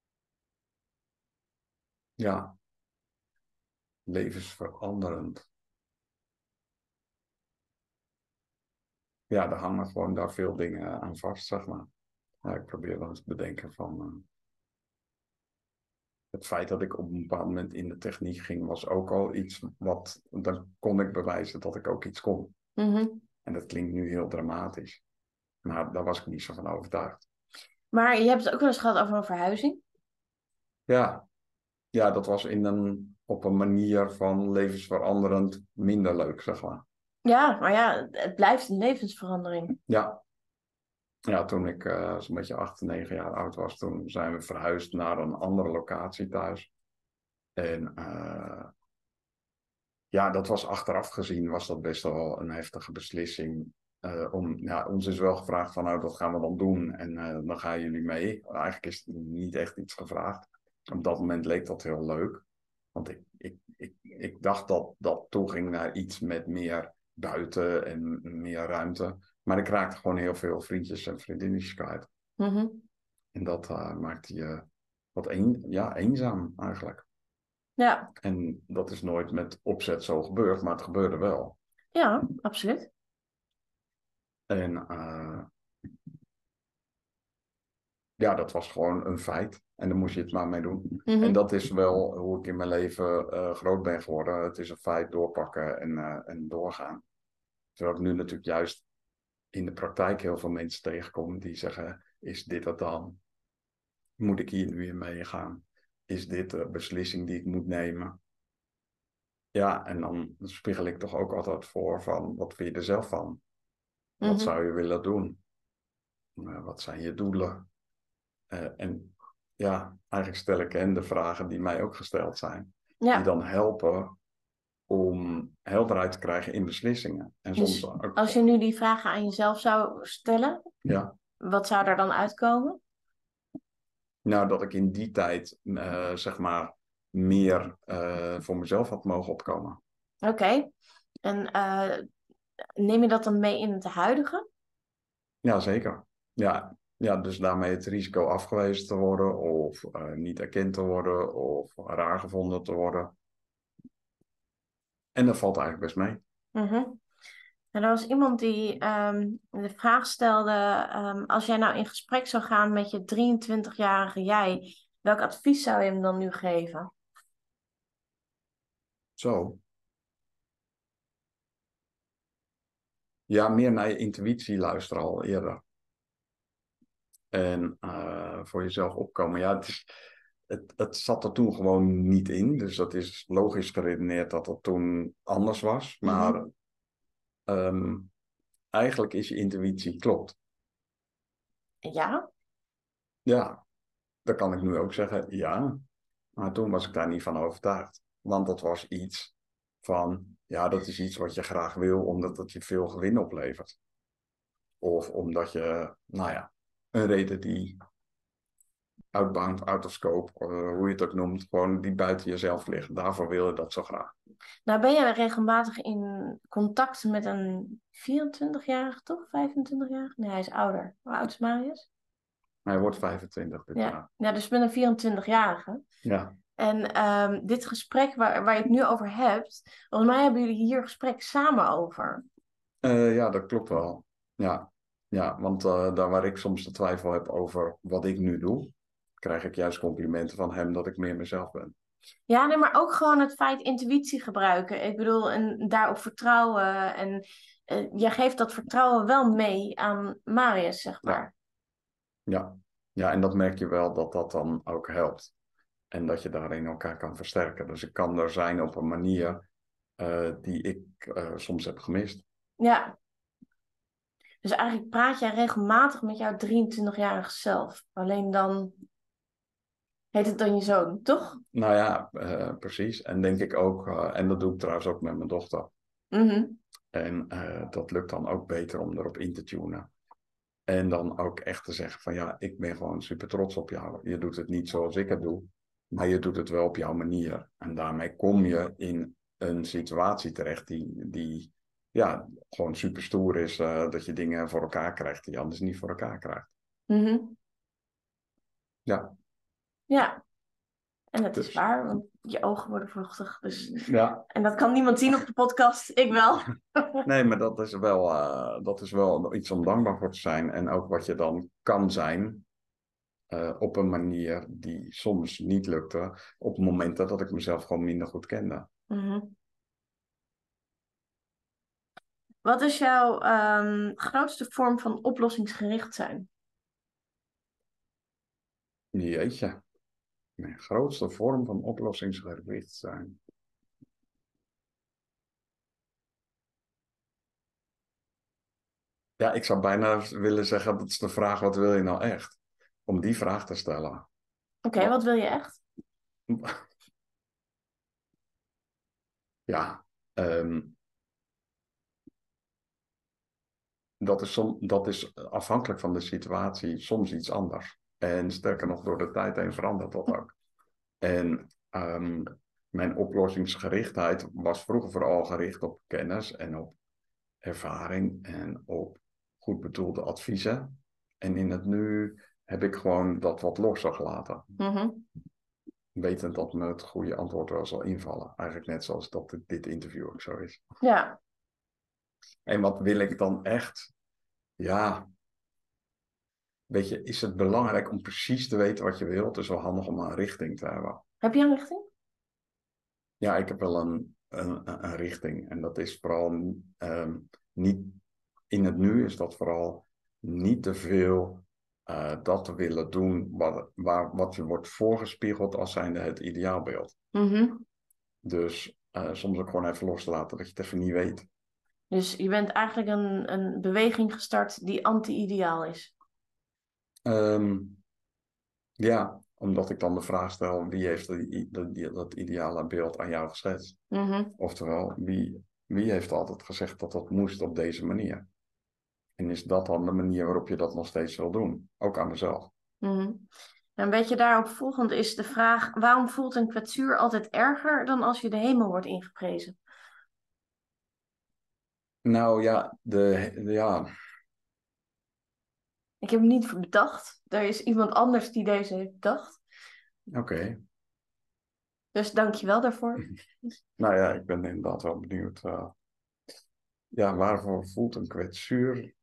ja... levensveranderend. Ja, er hangen gewoon daar veel dingen aan vast, zeg maar. Ja, ik probeer wel eens te bedenken van... Uh, het feit dat ik op een bepaald moment in de techniek ging, was ook al iets wat... Dan kon ik bewijzen dat ik ook iets kon. Mm-hmm. En dat klinkt nu heel dramatisch. Maar daar was ik niet zo van overtuigd. Maar je hebt het ook wel eens gehad over een verhuizing? Ja, ja dat was in een, op een manier van levensveranderend minder leuk, zeg maar. Ja, maar ja, het blijft een levensverandering. Ja. Ja, toen ik uh, zo'n beetje acht, negen jaar oud was, toen zijn we verhuisd naar een andere locatie thuis. En uh, ja, dat was achteraf gezien, was dat best wel een heftige beslissing. Uh, om, ja, ons is wel gevraagd van, nou, dat gaan we dan doen en uh, dan gaan jullie mee. Eigenlijk is het niet echt iets gevraagd. Op dat moment leek dat heel leuk. Want ik, ik, ik, ik dacht dat dat toeging naar iets met meer buiten en meer ruimte. Maar ik raakte gewoon heel veel vriendjes en vriendinnetjes kwijt. Mm-hmm. En dat uh, maakte je wat een, ja, eenzaam eigenlijk. Ja. En dat is nooit met opzet zo gebeurd, maar het gebeurde wel. Ja, absoluut. En uh, ja, dat was gewoon een feit. En daar moest je het maar mee doen. Mm-hmm. En dat is wel hoe ik in mijn leven uh, groot ben geworden. Het is een feit doorpakken en, uh, en doorgaan. Terwijl ik nu natuurlijk juist in de praktijk heel veel mensen tegenkom die zeggen, is dit het dan? Moet ik hier nu weer mee gaan? Is dit de beslissing die ik moet nemen? Ja, en dan spiegel ik toch ook altijd voor van, wat vind je er zelf van? Wat Mm-hmm. zou je willen doen? Uh, wat zijn je doelen? Uh, en ja, eigenlijk stel ik hen de vragen die mij ook gesteld zijn. Ja. Die dan helpen om helderheid te krijgen in beslissingen. En Dus soms ook... als je nu die vragen aan jezelf zou stellen, ja. Wat zou er dan uitkomen? Nou, dat ik in die tijd, uh, zeg maar, meer uh, voor mezelf had mogen opkomen. Oké. Okay. En uh, neem je dat dan mee in het huidige? Ja, zeker. Ja, ja, dus daarmee het risico afgewezen te worden of uh, niet erkend te worden of raar gevonden te worden. En dat valt eigenlijk best mee. Mm-hmm. En er was iemand die um, de vraag stelde, um, als jij nou in gesprek zou gaan met je drieëntwintigjarige jij, welk advies zou je hem dan nu geven? Zo. Ja, meer naar je intuïtie luisteren al eerder. En uh, voor jezelf opkomen. Ja, het, is, het, het zat er toen gewoon niet in. Dus dat is logisch geredeneerd dat dat toen anders was. Maar mm-hmm. um, eigenlijk is je intuïtie klopt. Ja? Ja, dat kan ik nu ook zeggen. Ja, maar toen was ik daar niet van overtuigd. Want dat was iets van... Ja, dat is iets wat je graag wil omdat het je veel gewin oplevert. Of omdat je, nou ja... Een reden die outbound, out of scope, uh, hoe je het ook noemt, gewoon die buiten jezelf liggen. Daarvoor wil je dat zo graag. Nou ben je regelmatig in contact met een vierentwintigjarige, toch? vijfentwintigjarige? Nee, hij is ouder. Hoe oud is Marius? Hij wordt vijfentwintig dit Ja. jaar. Ja, dus met een vierentwintigjarige. Ja. En um, dit gesprek waar, waar je het nu over hebt, volgens mij hebben jullie hier gesprek samen over. Uh, ja, dat klopt wel. Ja, ja want uh, daar waar ik soms de twijfel heb over wat ik nu doe, krijg ik juist complimenten van hem dat ik meer mezelf ben. Ja, nee, maar ook gewoon het feit intuïtie gebruiken. Ik bedoel, en daarop vertrouwen. En uh, jij geeft dat vertrouwen wel mee aan Marius, zeg maar. Ja. ja, ja, en dat merk je wel dat dat dan ook helpt. En dat je daarin elkaar kan versterken. Dus ik kan er zijn op een manier uh, die ik uh, soms heb gemist. Ja. Dus eigenlijk praat jij regelmatig met jouw drieëntwintigjarige zelf. Alleen dan heet het dan je zoon, toch? Nou ja, uh, precies. En denk ik ook, uh, en dat doe ik trouwens ook met mijn dochter. Mm-hmm. En uh, dat lukt dan ook beter om erop in te tunen. En dan ook echt te zeggen van ja, ik ben gewoon super trots op jou. Je doet het niet zoals ik het doe, maar je doet het wel op jouw manier. En daarmee kom je in een situatie terecht die, die ja, gewoon super stoer is. Uh, dat je dingen voor elkaar krijgt die je anders niet voor elkaar krijgt. Mm-hmm. Ja. Ja. En dat dus. is waar, want je ogen worden vochtig. Dus... Ja. En dat kan niemand zien op de podcast, ik wel. Nee, maar dat is, wel, uh, dat is wel iets om dankbaar voor te zijn. En ook wat je dan kan zijn, uh, op een manier die soms niet lukte, op momenten dat ik mezelf gewoon minder goed kende. Mm-hmm. Wat is jouw um, grootste vorm van oplossingsgericht zijn? Jeetje. Mijn grootste vorm van oplossingsgericht zijn. Ja, ik zou bijna willen zeggen, dat is de vraag, wat wil je nou echt? Om die vraag te stellen. Oké, okay, wat wil je echt? Ja, um, dat, is som, dat is afhankelijk van de situatie soms iets anders. En sterker nog, door de tijd heen verandert dat ook. En um, mijn oplossingsgerichtheid was vroeger vooral gericht op kennis en op ervaring en op goed bedoelde adviezen. En in het nu heb ik gewoon dat wat losser gelaten. Mm-hmm. Wetend dat me het goede antwoord wel zal invallen. Eigenlijk net zoals dat dit, dit interview ook zo is. Ja. En wat wil ik dan echt? Ja, weet je, is het belangrijk om precies te weten wat je wilt? Het is wel handig om een richting te hebben. Heb je een richting? Ja, ik heb wel een, een, een richting. En dat is vooral um, niet... In het nu is dat vooral niet te veel uh, dat te willen doen wat, waar, wat je wordt voorgespiegeld als zijnde het ideaalbeeld. Mm-hmm. Dus uh, soms ook gewoon even los te laten dat je het even niet weet. Dus je bent eigenlijk een, een beweging gestart die anti-ideaal is? Um, ja, omdat ik dan de vraag stel, wie heeft die, die, dat ideale beeld aan jou geschetst? Mm-hmm. Oftewel, wie, wie heeft altijd gezegd dat dat moest op deze manier? En is dat dan de manier waarop je dat nog steeds wil doen? Ook aan mezelf. Mm-hmm. Een beetje daarop volgend is de vraag, waarom voelt een kwetsuur altijd erger dan als je de hemel wordt ingeprezen? Nou ja, de, de, ja. Ik heb hem niet bedacht. Er is iemand anders die deze heeft bedacht. Oké. Okay. Dus dank je wel daarvoor. Nou ja, ik ben inderdaad wel benieuwd. Uh, ja, waarvoor voelt een kwetsuur?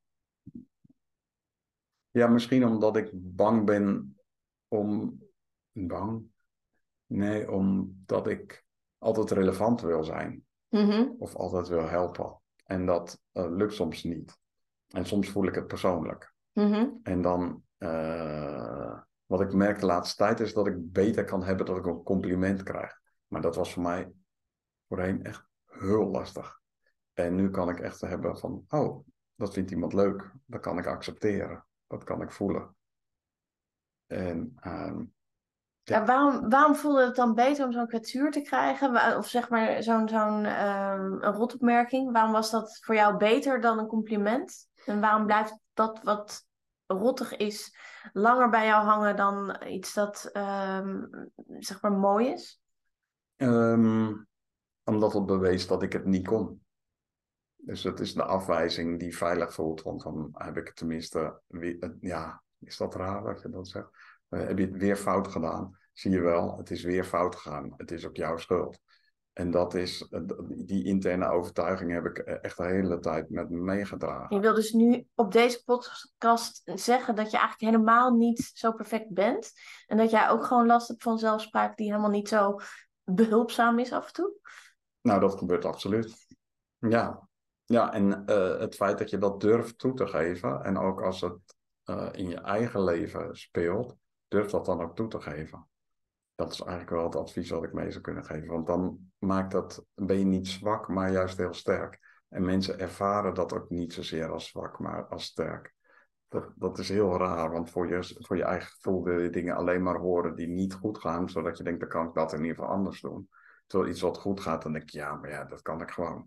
Ja, misschien omdat ik bang ben om... Bang? Nee, omdat ik altijd relevant wil zijn. Mm-hmm. Of altijd wil helpen. En dat uh, lukt soms niet. En soms voel ik het persoonlijk. Mm-hmm. En dan... Uh, wat ik merk de laatste tijd is dat ik beter kan hebben dat ik een compliment krijg. Maar dat was voor mij voorheen echt heel lastig. En nu kan ik echt hebben van, oh, dat vindt iemand leuk. Dat kan ik accepteren. Dat kan ik voelen. En, um, ja. Ja, waarom, waarom voelde het dan beter om zo'n kwetsuur te krijgen? Of zeg maar zo'n zo'n um, een rotopmerking. Waarom was dat voor jou beter dan een compliment? En waarom blijft dat wat rottig is, langer bij jou hangen dan iets dat um, zeg maar mooi is? Um, omdat het bewees dat ik het niet kon. Dus het is de afwijzing die veilig voelt. Want dan heb ik het tenminste... Weer, ja, is dat raar dat je dat zegt? Uh, heb je het weer fout gedaan? Zie je wel, het is weer fout gegaan. Het is ook jouw schuld. En dat is... Die interne overtuiging heb ik echt de hele tijd met me meegedragen. Je wil dus nu op deze podcast zeggen dat je eigenlijk helemaal niet zo perfect bent. En dat jij ook gewoon last hebt van zelfspraak die helemaal niet zo behulpzaam is af en toe? Nou, dat gebeurt absoluut. Ja. Ja, en uh, het feit dat je dat durft toe te geven, en ook als het uh, in je eigen leven speelt, durf dat dan ook toe te geven. Dat is eigenlijk wel het advies wat ik mee zou kunnen geven. Want dan maakt dat, ben je niet zwak, maar juist heel sterk. En mensen ervaren dat ook niet zozeer als zwak, maar als sterk. Dat, dat is heel raar, want voor je, voor je eigen gevoel wil je dingen alleen maar horen die niet goed gaan, zodat je denkt, dan kan ik dat in ieder geval anders doen. Terwijl iets wat goed gaat, dan denk je, ja, maar ja, dat kan ik gewoon.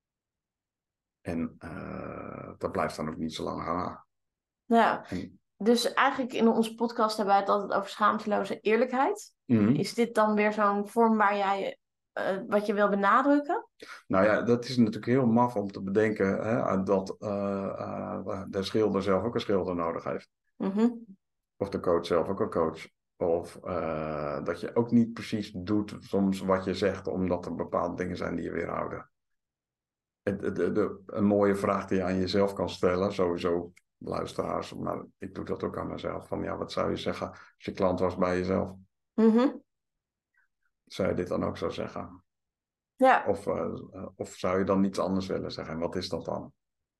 En uh, dat blijft dan ook niet zo lang hangen. Ja, en, dus eigenlijk in onze podcast hebben wij het altijd over schaamteloze eerlijkheid. Mm-hmm. Is dit dan weer zo'n vorm waar jij uh, wat je wil benadrukken? Nou ja, dat is natuurlijk heel maf om te bedenken hè, dat uh, uh, de schilder zelf ook een schilder nodig heeft. Mm-hmm. Of de coach zelf ook een coach. Of uh, dat je ook niet precies doet soms wat je zegt, omdat er bepaalde dingen zijn die je weerhouden. De, de, de, een mooie vraag die je aan jezelf kan stellen, sowieso luisteraars, maar ik doe dat ook aan mezelf. Van ja, wat zou je zeggen als je klant was bij jezelf? Mm-hmm. Zou je dit dan ook zo zeggen? Ja. Of, uh, of zou je dan iets anders willen zeggen? En wat is dat dan?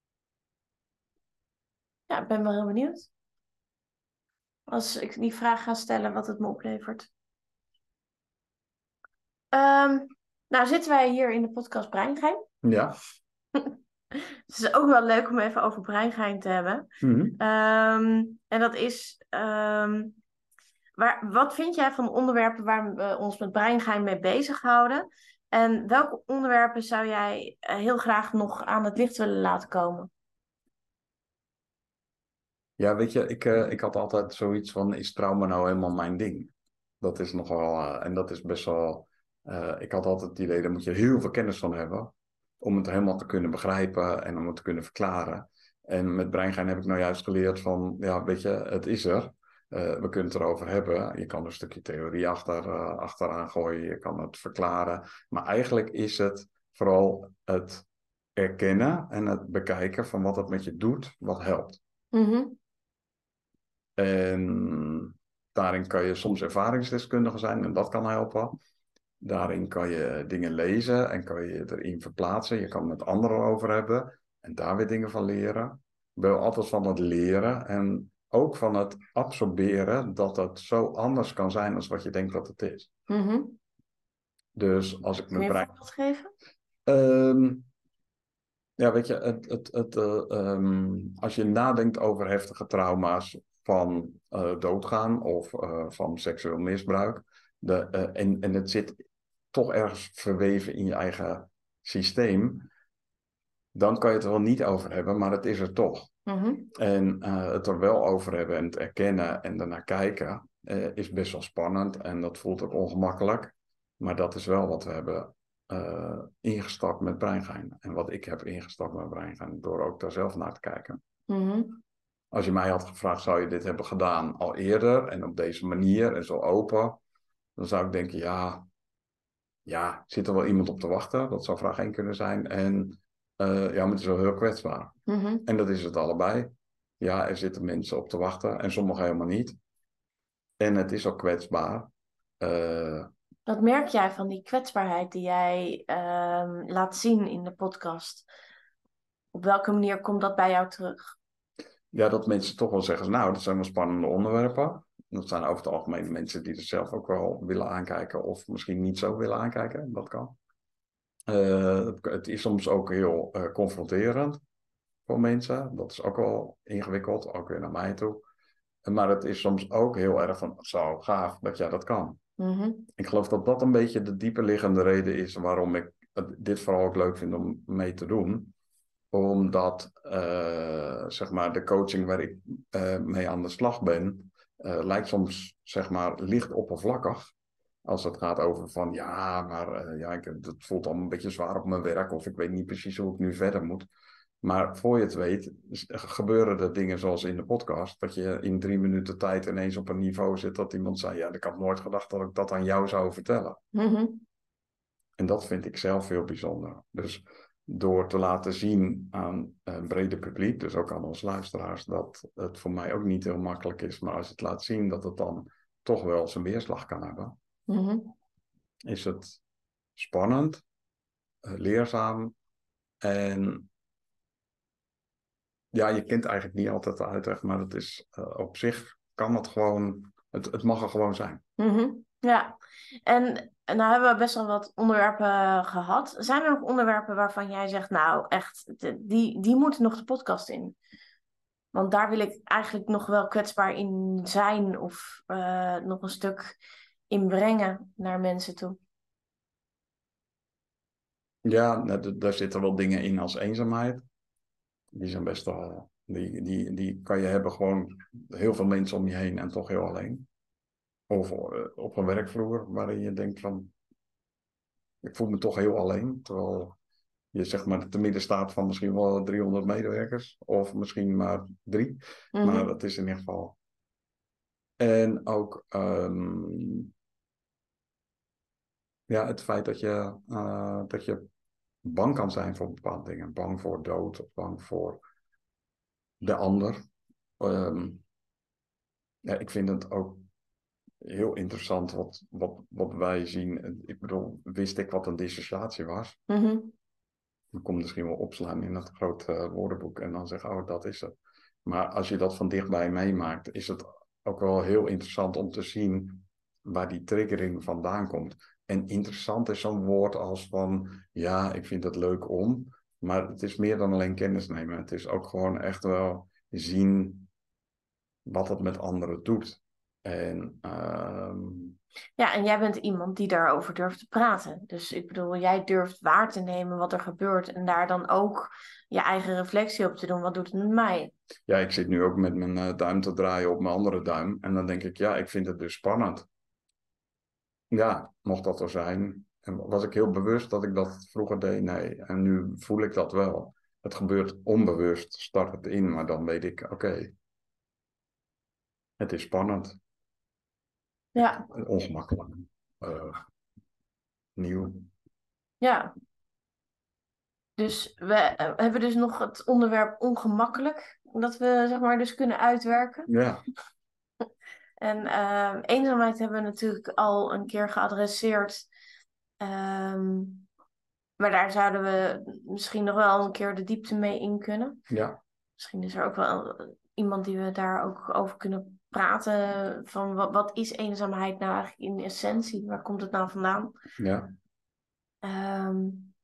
Ja, ik ben wel heel benieuwd. Als ik die vraag ga stellen, wat het me oplevert. Um, nou, zitten wij hier in de podcast Breingein. Ja. Het is ook wel leuk om even over breingein te hebben. Mm-hmm. Um, en dat is... Um, waar, wat vind jij van de onderwerpen waar we ons met breingein mee bezighouden? En welke onderwerpen zou jij heel graag nog aan het licht willen laten komen? Ja, weet je, ik, uh, ik had altijd zoiets van, is trauma nou helemaal mijn ding? Dat is nogal... Uh, en dat is best wel... Uh, ik had altijd het idee, daar moet je heel veel kennis van hebben om het helemaal te kunnen begrijpen en om het te kunnen verklaren. En met breingein heb ik nou juist geleerd van, ja, weet je, het is er. Uh, we kunnen het erover hebben. Je kan er een stukje theorie achter, uh, achteraan gooien. Je kan het verklaren. Maar eigenlijk is het vooral het erkennen en het bekijken van wat het met je doet, wat helpt. Mm-hmm. En daarin kan je soms ervaringsdeskundige zijn en dat kan helpen. Daarin kan je dingen lezen en kan je erin verplaatsen. Je kan het met anderen over hebben en daar weer dingen van leren. Ik ben altijd van het leren en ook van het absorberen dat het zo anders kan zijn dan wat je denkt dat het is. Mm-hmm. Dus als ik mijn brein... Kun je een voorbeeld geven? Um, ja, weet je, het, het, het, uh, um, als je nadenkt over heftige trauma's van uh, doodgaan of uh, van seksueel misbruik, de, uh, en, en het zit toch ergens verweven in je eigen systeem, dan kan je het er wel niet over hebben, maar het is er toch. Mm-hmm. En uh, het er wel over hebben en het erkennen en ernaar kijken uh, is best wel spannend en dat voelt ook ongemakkelijk. Maar dat is wel wat we hebben uh, ingestapt met breingein. En wat ik heb ingestapt met breingein, door ook daar zelf naar te kijken. Mm-hmm. Als je mij had gevraagd, zou je dit hebben gedaan al eerder en op deze manier en zo open, dan zou ik denken, ja, ja, zit er wel iemand op te wachten? Dat zou vraag één kunnen zijn. En uh, ja, maar het is wel heel kwetsbaar. Mm-hmm. En dat is het allebei. Ja, er zitten mensen op te wachten en sommigen helemaal niet. En het is ook kwetsbaar. Uh, Wat merk jij van die kwetsbaarheid die jij uh, laat zien in de podcast? Op welke manier komt dat bij jou terug? Ja, dat mensen toch wel zeggen, nou, dat zijn wel spannende onderwerpen. Dat zijn over het algemeen mensen die er zelf ook wel willen aankijken of misschien niet zo willen aankijken. Dat kan. Uh, het is soms ook heel uh, confronterend voor mensen. Dat is ook wel ingewikkeld, ook weer naar mij toe. Maar het is soms ook heel erg van, zo gaaf dat jij dat kan. Mm-hmm. Ik geloof dat dat een beetje de dieperliggende reden is waarom ik dit vooral ook leuk vind om mee te doen. Omdat, uh, zeg maar, de coaching waar ik uh, mee aan de slag ben, uh, lijkt soms, zeg maar, licht oppervlakkig. Als het gaat over van, ja, maar uh, ja, ik, het voelt allemaal een beetje zwaar op mijn werk. Of ik weet niet precies hoe ik nu verder moet. Maar voor je het weet, gebeuren er dingen zoals in de podcast. Dat je in drie minuten tijd ineens op een niveau zit dat iemand zei, ja, ik had nooit gedacht dat ik dat aan jou zou vertellen. Mm-hmm. En dat vind ik zelf heel bijzonder. Dus door te laten zien aan een breder publiek, dus ook aan ons luisteraars, dat het voor mij ook niet heel makkelijk is. Maar als je het laat zien dat het dan toch wel zijn weerslag kan hebben, Mm-hmm. is het spannend, leerzaam en ja, je kent eigenlijk niet altijd de uitweg, maar het is uh, op zich kan het gewoon, het, het mag er gewoon zijn. Mm-hmm. Ja, en En nou hebben we best wel wat onderwerpen gehad. Zijn er nog onderwerpen waarvan jij zegt, nou echt, die, die moeten nog de podcast in? Want daar wil ik eigenlijk nog wel kwetsbaar in zijn of uh, nog een stuk in brengen naar mensen toe. Ja, d- daar zitten wel dingen in als eenzaamheid. Die zijn best wel, die, die, die kan je hebben gewoon heel veel mensen om je heen en toch heel alleen. Of uh, op een werkvloer waarin je denkt van, ik voel me toch heel alleen. Terwijl je zeg maar te midden staat van misschien wel driehonderd medewerkers. Of misschien maar drie. Mm-hmm. Maar dat is in ieder geval. En ook um, ja, het feit dat je, uh, dat je bang kan zijn voor bepaalde dingen. Bang voor dood of bang voor de ander. Um, ja, ik vind het ook heel interessant wat, wat, wat wij zien. Ik bedoel, wist ik wat een dissociatie was? Mm-hmm. Dan kom je misschien wel opslaan in dat grote uh, woordenboek en dan zeggen, oh, dat is het. Maar als je dat van dichtbij meemaakt, is het ook wel heel interessant om te zien waar die triggering vandaan komt. En interessant is zo'n woord als van, ja, ik vind het leuk om. Maar het is meer dan alleen kennis nemen. Het is ook gewoon echt wel zien wat het met anderen doet. En, uh... Ja, en jij bent iemand die daarover durft te praten. Dus ik bedoel, jij durft waar te nemen wat er gebeurt en daar dan ook je eigen reflectie op te doen. Wat doet het met mij? Ja, ik zit nu ook met mijn uh, duim te draaien op mijn andere duim. En dan denk ik, ja, ik vind het dus spannend. Ja, mocht dat er zijn. En was ik heel bewust dat ik dat vroeger deed? Nee. En nu voel ik dat wel. Het gebeurt onbewust, start het in, maar dan weet ik, oké, okay, het is spannend. Ja. Ongemakkelijk. Uh, nieuw. Ja. Dus we uh, hebben dus nog het onderwerp ongemakkelijk, dat we zeg maar dus kunnen uitwerken. Ja. En uh, eenzaamheid hebben we natuurlijk al een keer geadresseerd. Um, maar daar zouden we misschien nog wel een keer de diepte mee in kunnen. Ja. Misschien is er ook wel iemand die we daar ook over kunnen praten. Van wat, wat is eenzaamheid nou eigenlijk in essentie? Waar komt het nou vandaan? Ja. Um,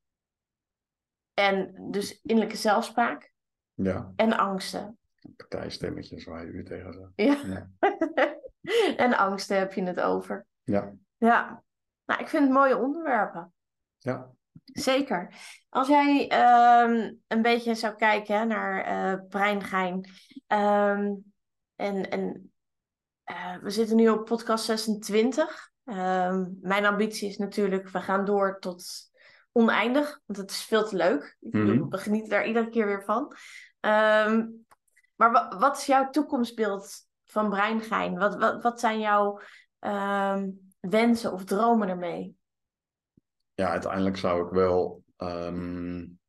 en dus innerlijke zelfspraak. Ja. En angsten. Partijstemmetjes waar je u tegen zegt. Ja. Ja. En angsten heb je het over. Ja. Ja. Nou, ik vind het mooie onderwerpen. Ja. Zeker. Als jij um, een beetje zou kijken hè, naar uh, breingein. Um, en en uh, we zitten nu op podcast zesentwintig. Um, mijn ambitie is natuurlijk, we gaan door tot oneindig. Want het is veel te leuk. Mm-hmm. We genieten daar iedere keer weer van. Um, maar w- wat is jouw toekomstbeeld van breingein? Wat, wat, wat zijn jouw um, wensen of dromen ermee? Ja, uiteindelijk zou ik wel um,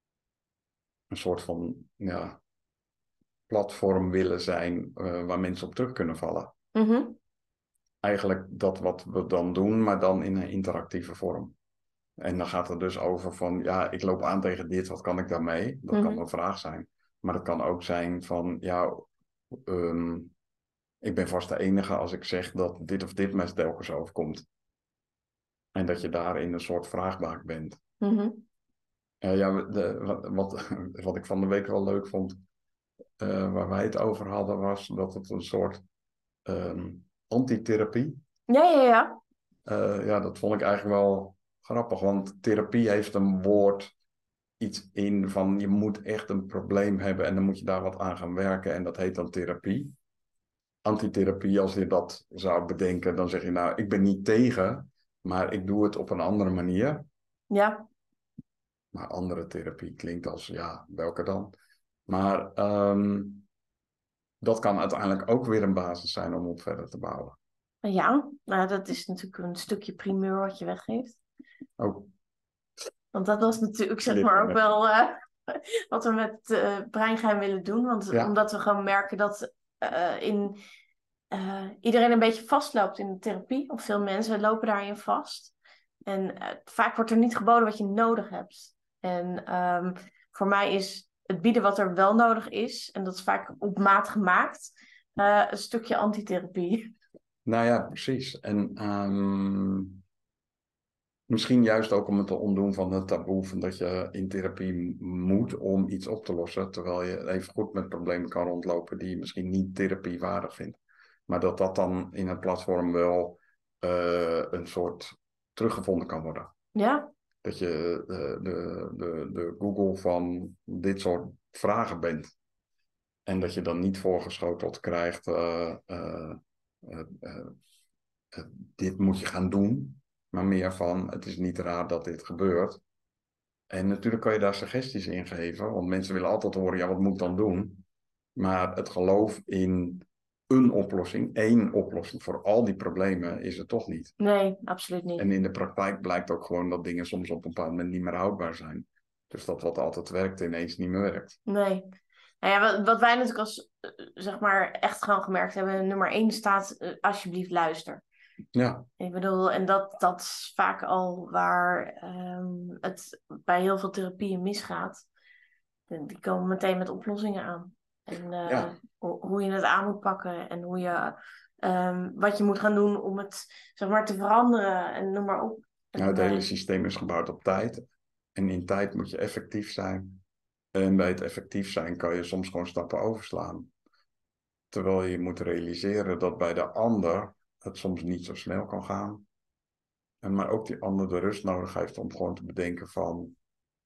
een soort van ja, platform willen zijn uh, waar mensen op terug kunnen vallen. Mm-hmm. Eigenlijk dat wat we dan doen, maar dan in een interactieve vorm. En dan gaat het dus over van, ja, ik loop aan tegen dit, wat kan ik daarmee? Dat mm-hmm. kan een vraag zijn. Maar het kan ook zijn van, ja, um, ik ben vast de enige als ik zeg dat dit of dit mij telkens overkomt. En dat je daarin een soort vraagbaak bent. Mm-hmm. Uh, ja, de, wat, wat ik van de week wel leuk vond, uh, waar wij het over hadden, was dat het een soort um, antitherapie. Ja, ja, ja. Uh, ja, dat vond ik eigenlijk wel grappig, want therapie heeft een woord iets in van je moet echt een probleem hebben en dan moet je daar wat aan gaan werken en dat heet dan therapie. Antitherapie, als je dat zou bedenken, dan zeg je nou, ik ben niet tegen, maar ik doe het op een andere manier. Ja. Maar andere therapie klinkt als, ja, welke dan? Maar um, dat kan uiteindelijk ook weer een basis zijn om op verder te bouwen. Ja, nou, dat is natuurlijk een stukje primeur wat je weggeeft. Ook. Want dat was natuurlijk zeg maar ook wel uh, wat we met uh, Breingeheim willen doen. Want Ja. omdat we gewoon merken dat uh, in, uh, iedereen een beetje vastloopt in de therapie. Of veel mensen lopen daarin vast. En uh, vaak wordt er niet geboden wat je nodig hebt. En um, voor mij is het bieden wat er wel nodig is, en dat is vaak op maat gemaakt, uh, een stukje antitherapie. Nou ja, precies. En um, misschien juist ook om het te ontdoen van het taboe van dat je in therapie moet om iets op te lossen. Terwijl je even goed met problemen kan rondlopen die je misschien niet therapiewaardig vindt. Maar dat dat dan in het platform wel uh, een soort teruggevonden kan worden. Ja. Dat je de, de, de, de Google van dit soort vragen bent. En dat je dan niet voorgeschoteld krijgt, uh, uh, uh, uh, uh, dit moet je gaan doen. Maar meer van, het is niet raar dat dit gebeurt. En natuurlijk kan je daar suggesties in geven. Want mensen willen altijd horen, ja, wat moet ik dan doen? Maar het geloof in een oplossing, één oplossing voor al die problemen, is er toch niet. Nee, absoluut niet. En in de praktijk blijkt ook gewoon dat dingen soms op een bepaald moment niet meer houdbaar zijn. Dus dat wat altijd werkt ineens niet meer werkt. Nee. Nou ja, wat, wat wij natuurlijk als, zeg maar, echt gewoon gemerkt hebben, nummer één staat, uh, alsjeblieft luister. Ja. Ik bedoel, en dat, dat is vaak al waar um, het bij heel veel therapieën misgaat. Die komen meteen met oplossingen aan. En uh, ja. ho- hoe je het aan moet pakken en hoe je, um, wat je moet gaan doen om het, zeg maar, te veranderen en noem maar op. En, nou, het hele uh, systeem is gebouwd op tijd. En in tijd moet je effectief zijn. En bij het effectief zijn kan je soms gewoon stappen overslaan. Terwijl je moet realiseren dat bij de ander het soms niet zo snel kan gaan. En maar ook die ander de rust nodig heeft om gewoon te bedenken van...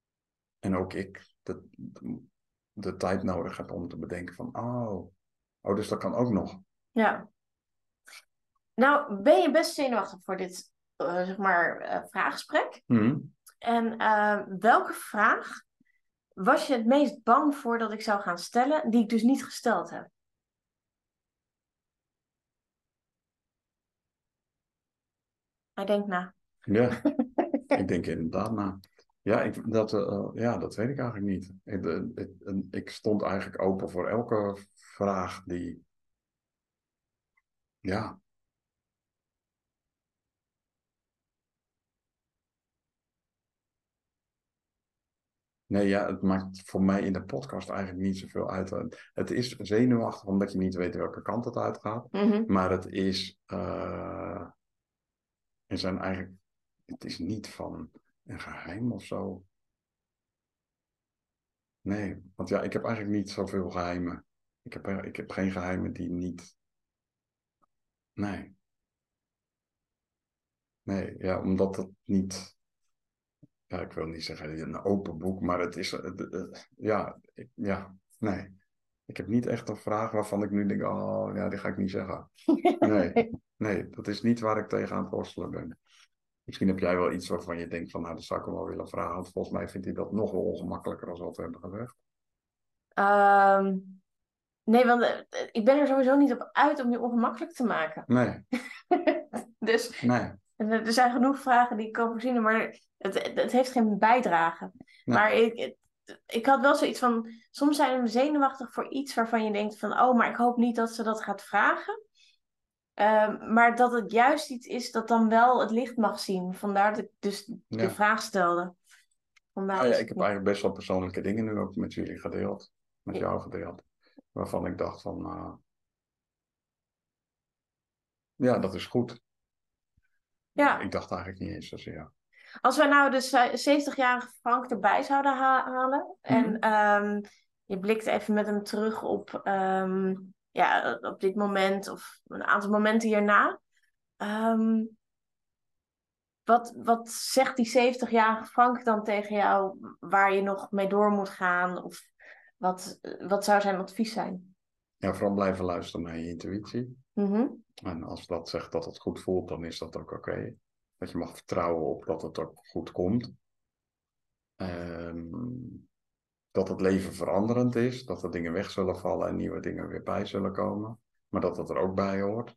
En ook ik de, de, de tijd nodig heb om te bedenken van... Oh, oh dus dat kan ook nog. Ja. Nou, ben je best zenuwachtig voor dit, uh, zeg maar, uh, vraaggesprek? Mm-hmm. En uh, welke vraag was je het meest bang voor dat ik zou gaan stellen, die ik dus niet gesteld heb? Hij denkt na. Ja, ik denk inderdaad na. Ja, ik, dat, uh, ja, dat weet ik eigenlijk niet. Ik, ik, ik stond eigenlijk open voor elke vraag die... Ja... Nee, ja, het maakt voor mij in de podcast eigenlijk niet zoveel uit. Het is zenuwachtig omdat je niet weet welke kant het uitgaat. Mm-hmm. Maar het is... Uh, er zijn eigenlijk... Het is niet van een geheim of zo. Nee, want ja, ik heb eigenlijk niet zoveel geheimen. Ik heb, ik heb geen geheimen die niet... Nee. Nee, ja, omdat het niet... Ja, ik wil niet zeggen een open boek, maar het is... Uh, uh, ja, ik, ja, nee. Ik heb niet echt een vraag waarvan ik nu denk, oh, ja, die ga ik niet zeggen. Nee, nee, dat is niet waar ik tegen aan het worstelen ben. Misschien heb jij wel iets waarvan je denkt van, nou, dat zou ik hem wel willen vragen. Want volgens mij vindt hij dat nog wel ongemakkelijker als wat we hebben gezegd. Um, nee, want uh, ik ben er sowieso niet op uit om je ongemakkelijk te maken. Nee. Dus nee. Er zijn genoeg vragen die ik kan voorzien, maar het, het, het heeft geen bijdrage. Nee. Maar ik, het, ik had wel zoiets van, soms zijn we zenuwachtig voor iets waarvan je denkt van, oh, maar ik hoop niet dat ze dat gaat vragen. Um, maar dat het juist iets is dat dan wel het licht mag zien. Vandaar dat ik dus de ja. vraag stelde. Vandaar nou ja, ik heb niet... eigenlijk best wel persoonlijke dingen nu ook met jullie gedeeld. Met ja. jou gedeeld. Waarvan ik dacht van, uh... ja, dat is goed. Ja. Ik dacht eigenlijk niet eens zozeer. Als we nou de zeventigjarige Frank erbij zouden ha- halen. Mm-hmm. En um, je blikt even met hem terug op, um, ja, op dit moment. Of een aantal momenten hierna. Um, wat, wat zegt die zeventigjarige Frank dan tegen jou waar je nog mee door moet gaan? Of wat, wat zou zijn advies zijn? Ja, vooral blijven luisteren naar je intuïtie. Mm-hmm. En als dat zegt dat het goed voelt, dan is dat ook oké. Okay. Dat je mag vertrouwen op dat het ook goed komt. Um, dat het leven veranderend is. Dat er dingen weg zullen vallen en nieuwe dingen weer bij zullen komen. Maar dat dat er ook bij hoort.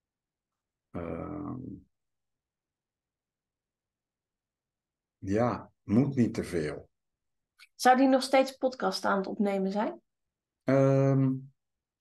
Um, ja, moet niet te veel. Zou die nog steeds podcast aan het opnemen zijn? Um,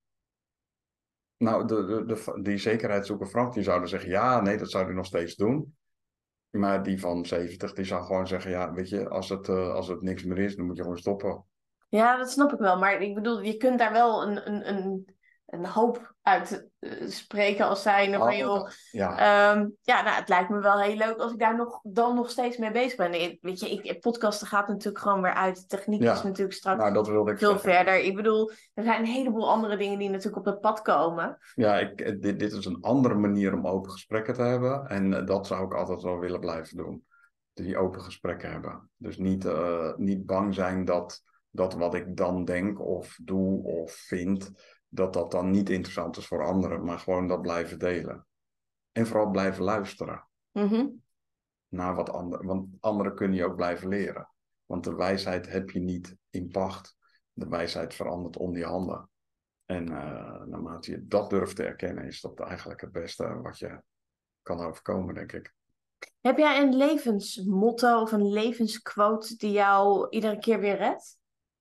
nou, de, de, de, die zekerheidszoeker Frank, die zouden zeggen, ja, nee, dat zou hij nog steeds doen. Maar die van zeventig, die zou gewoon zeggen, ja, weet je, als het, uh, als het niks meer is, dan moet je gewoon stoppen. Ja, dat snap ik wel. Maar ik bedoel, je kunt daar wel een, een, een, een hoop uit uh, spreken als zijnde van, Oh, joh, ja. um, ja, nou, het lijkt me wel heel leuk als ik daar nog, dan nog steeds mee bezig ben. Ik, weet je, ik, podcasten gaat natuurlijk gewoon weer uit. De techniek Ja. is natuurlijk straks Nou, dat wilde ik veel zeggen. verder. Ik bedoel, er zijn een heleboel andere dingen die natuurlijk op het pad komen. Ja, ik, dit, dit is een andere manier om open gesprekken te hebben. En uh, dat zou ik altijd wel willen blijven doen. Die open gesprekken hebben. Dus niet, uh, niet bang zijn dat, dat wat ik dan denk of doe of vind, dat dat dan niet interessant is voor anderen. Maar gewoon dat blijven delen. En vooral blijven luisteren. Mm-hmm. Naar wat anderen. Want anderen kunnen je ook blijven leren. Want de wijsheid heb je niet in pacht. De wijsheid verandert om die handen. En uh, naarmate je dat durft te erkennen, is dat eigenlijk het beste wat je kan overkomen, denk ik. Heb jij een levensmotto of een levensquote die jou iedere keer weer redt?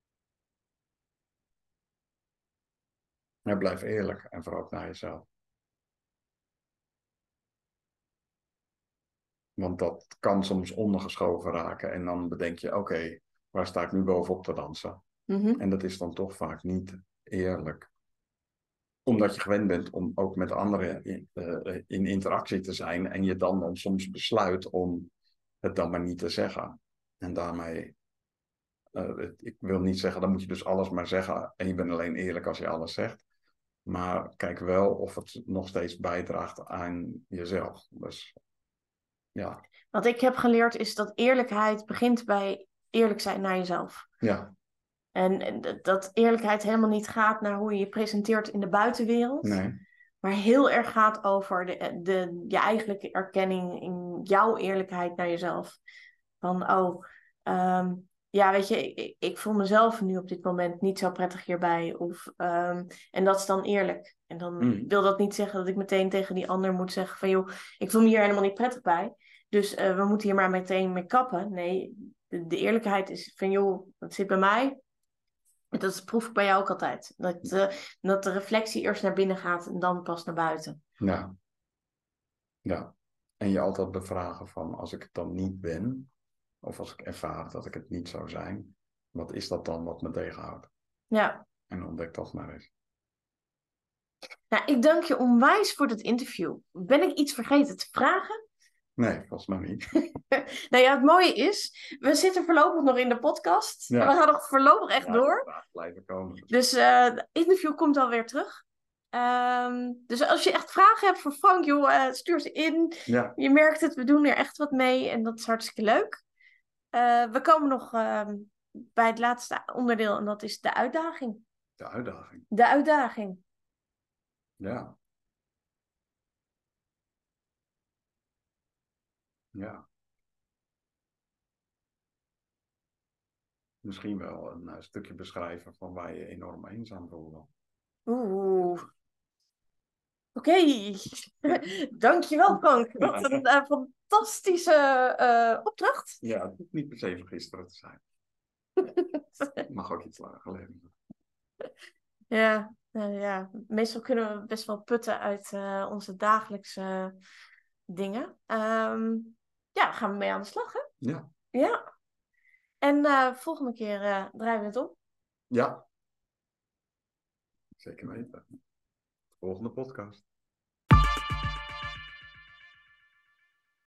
Ja, blijf eerlijk en vooral ook naar jezelf. Want dat kan soms ondergeschoven raken en dan bedenk je, oké, okay, waar sta ik nu bovenop te dansen? Mm-hmm. En dat is dan toch vaak niet eerlijk. Omdat je gewend bent om ook met anderen in, uh, in interactie te zijn en je dan, dan soms besluit om het dan maar niet te zeggen. En daarmee, uh, ik wil niet zeggen, dan moet je dus alles maar zeggen en je bent alleen eerlijk als je alles zegt. Maar kijk wel of het nog steeds bijdraagt aan jezelf. Dus ja. Wat ik heb geleerd is dat eerlijkheid begint bij eerlijk zijn naar jezelf. Ja. En dat eerlijkheid helemaal niet gaat naar hoe je je presenteert in de buitenwereld. Nee. Maar heel erg gaat over de, de, je eigenlijke erkenning in jouw eerlijkheid naar jezelf. Van, oh, um, ja, weet je, ik, ik voel mezelf nu op dit moment niet zo prettig hierbij. Of, um, en dat is dan eerlijk. En dan mm. wil dat niet zeggen dat ik meteen tegen die ander moet zeggen van, joh, ik voel me hier helemaal niet prettig bij. Dus uh, we moeten hier maar meteen mee kappen. Nee, de, de eerlijkheid is van, joh, dat zit bij mij. Dat proef ik bij jou ook altijd. Dat, uh, dat de reflectie eerst naar binnen gaat en dan pas naar buiten. Ja. Ja. En je altijd bevragen van, als ik het dan niet ben, of als ik ervaar dat ik het niet zou zijn, wat is dat dan wat me tegenhoudt? Ja. En ontdek dat maar eens. Nou, ik dank je onwijs voor dit interview. Ben ik iets vergeten te vragen? Nee, volgens mij niet. Nou ja, het mooie is, we zitten voorlopig nog in de podcast. Ja. En we gaan nog voorlopig echt ja, door. Blijven komen. Dus uh, het interview komt alweer terug. Um, dus als je echt vragen hebt voor Frank, joh, uh, stuur ze in. Ja. Je merkt het, we doen er echt wat mee en dat is hartstikke leuk. Uh, we komen nog uh, bij het laatste onderdeel en dat is de uitdaging. De uitdaging. De uitdaging. Ja. Ja. Misschien wel een uh, stukje beschrijven van waar je enorm eenzaam voelde. Oeh. Oké. Okay. Dankjewel, Frank. Wat een uh, fantastische uh, opdracht. Ja, het hoeft niet per se van gisteren te zijn. Het mag ook iets langer geleden. Ja, uh, ja, meestal kunnen we best wel putten uit uh, onze dagelijkse dingen. Um, ja, daar gaan we mee aan de slag, hè? Ja. Ja. En uh, volgende keer uh, draaien we het om. Ja. Zeker weten. Volgende podcast.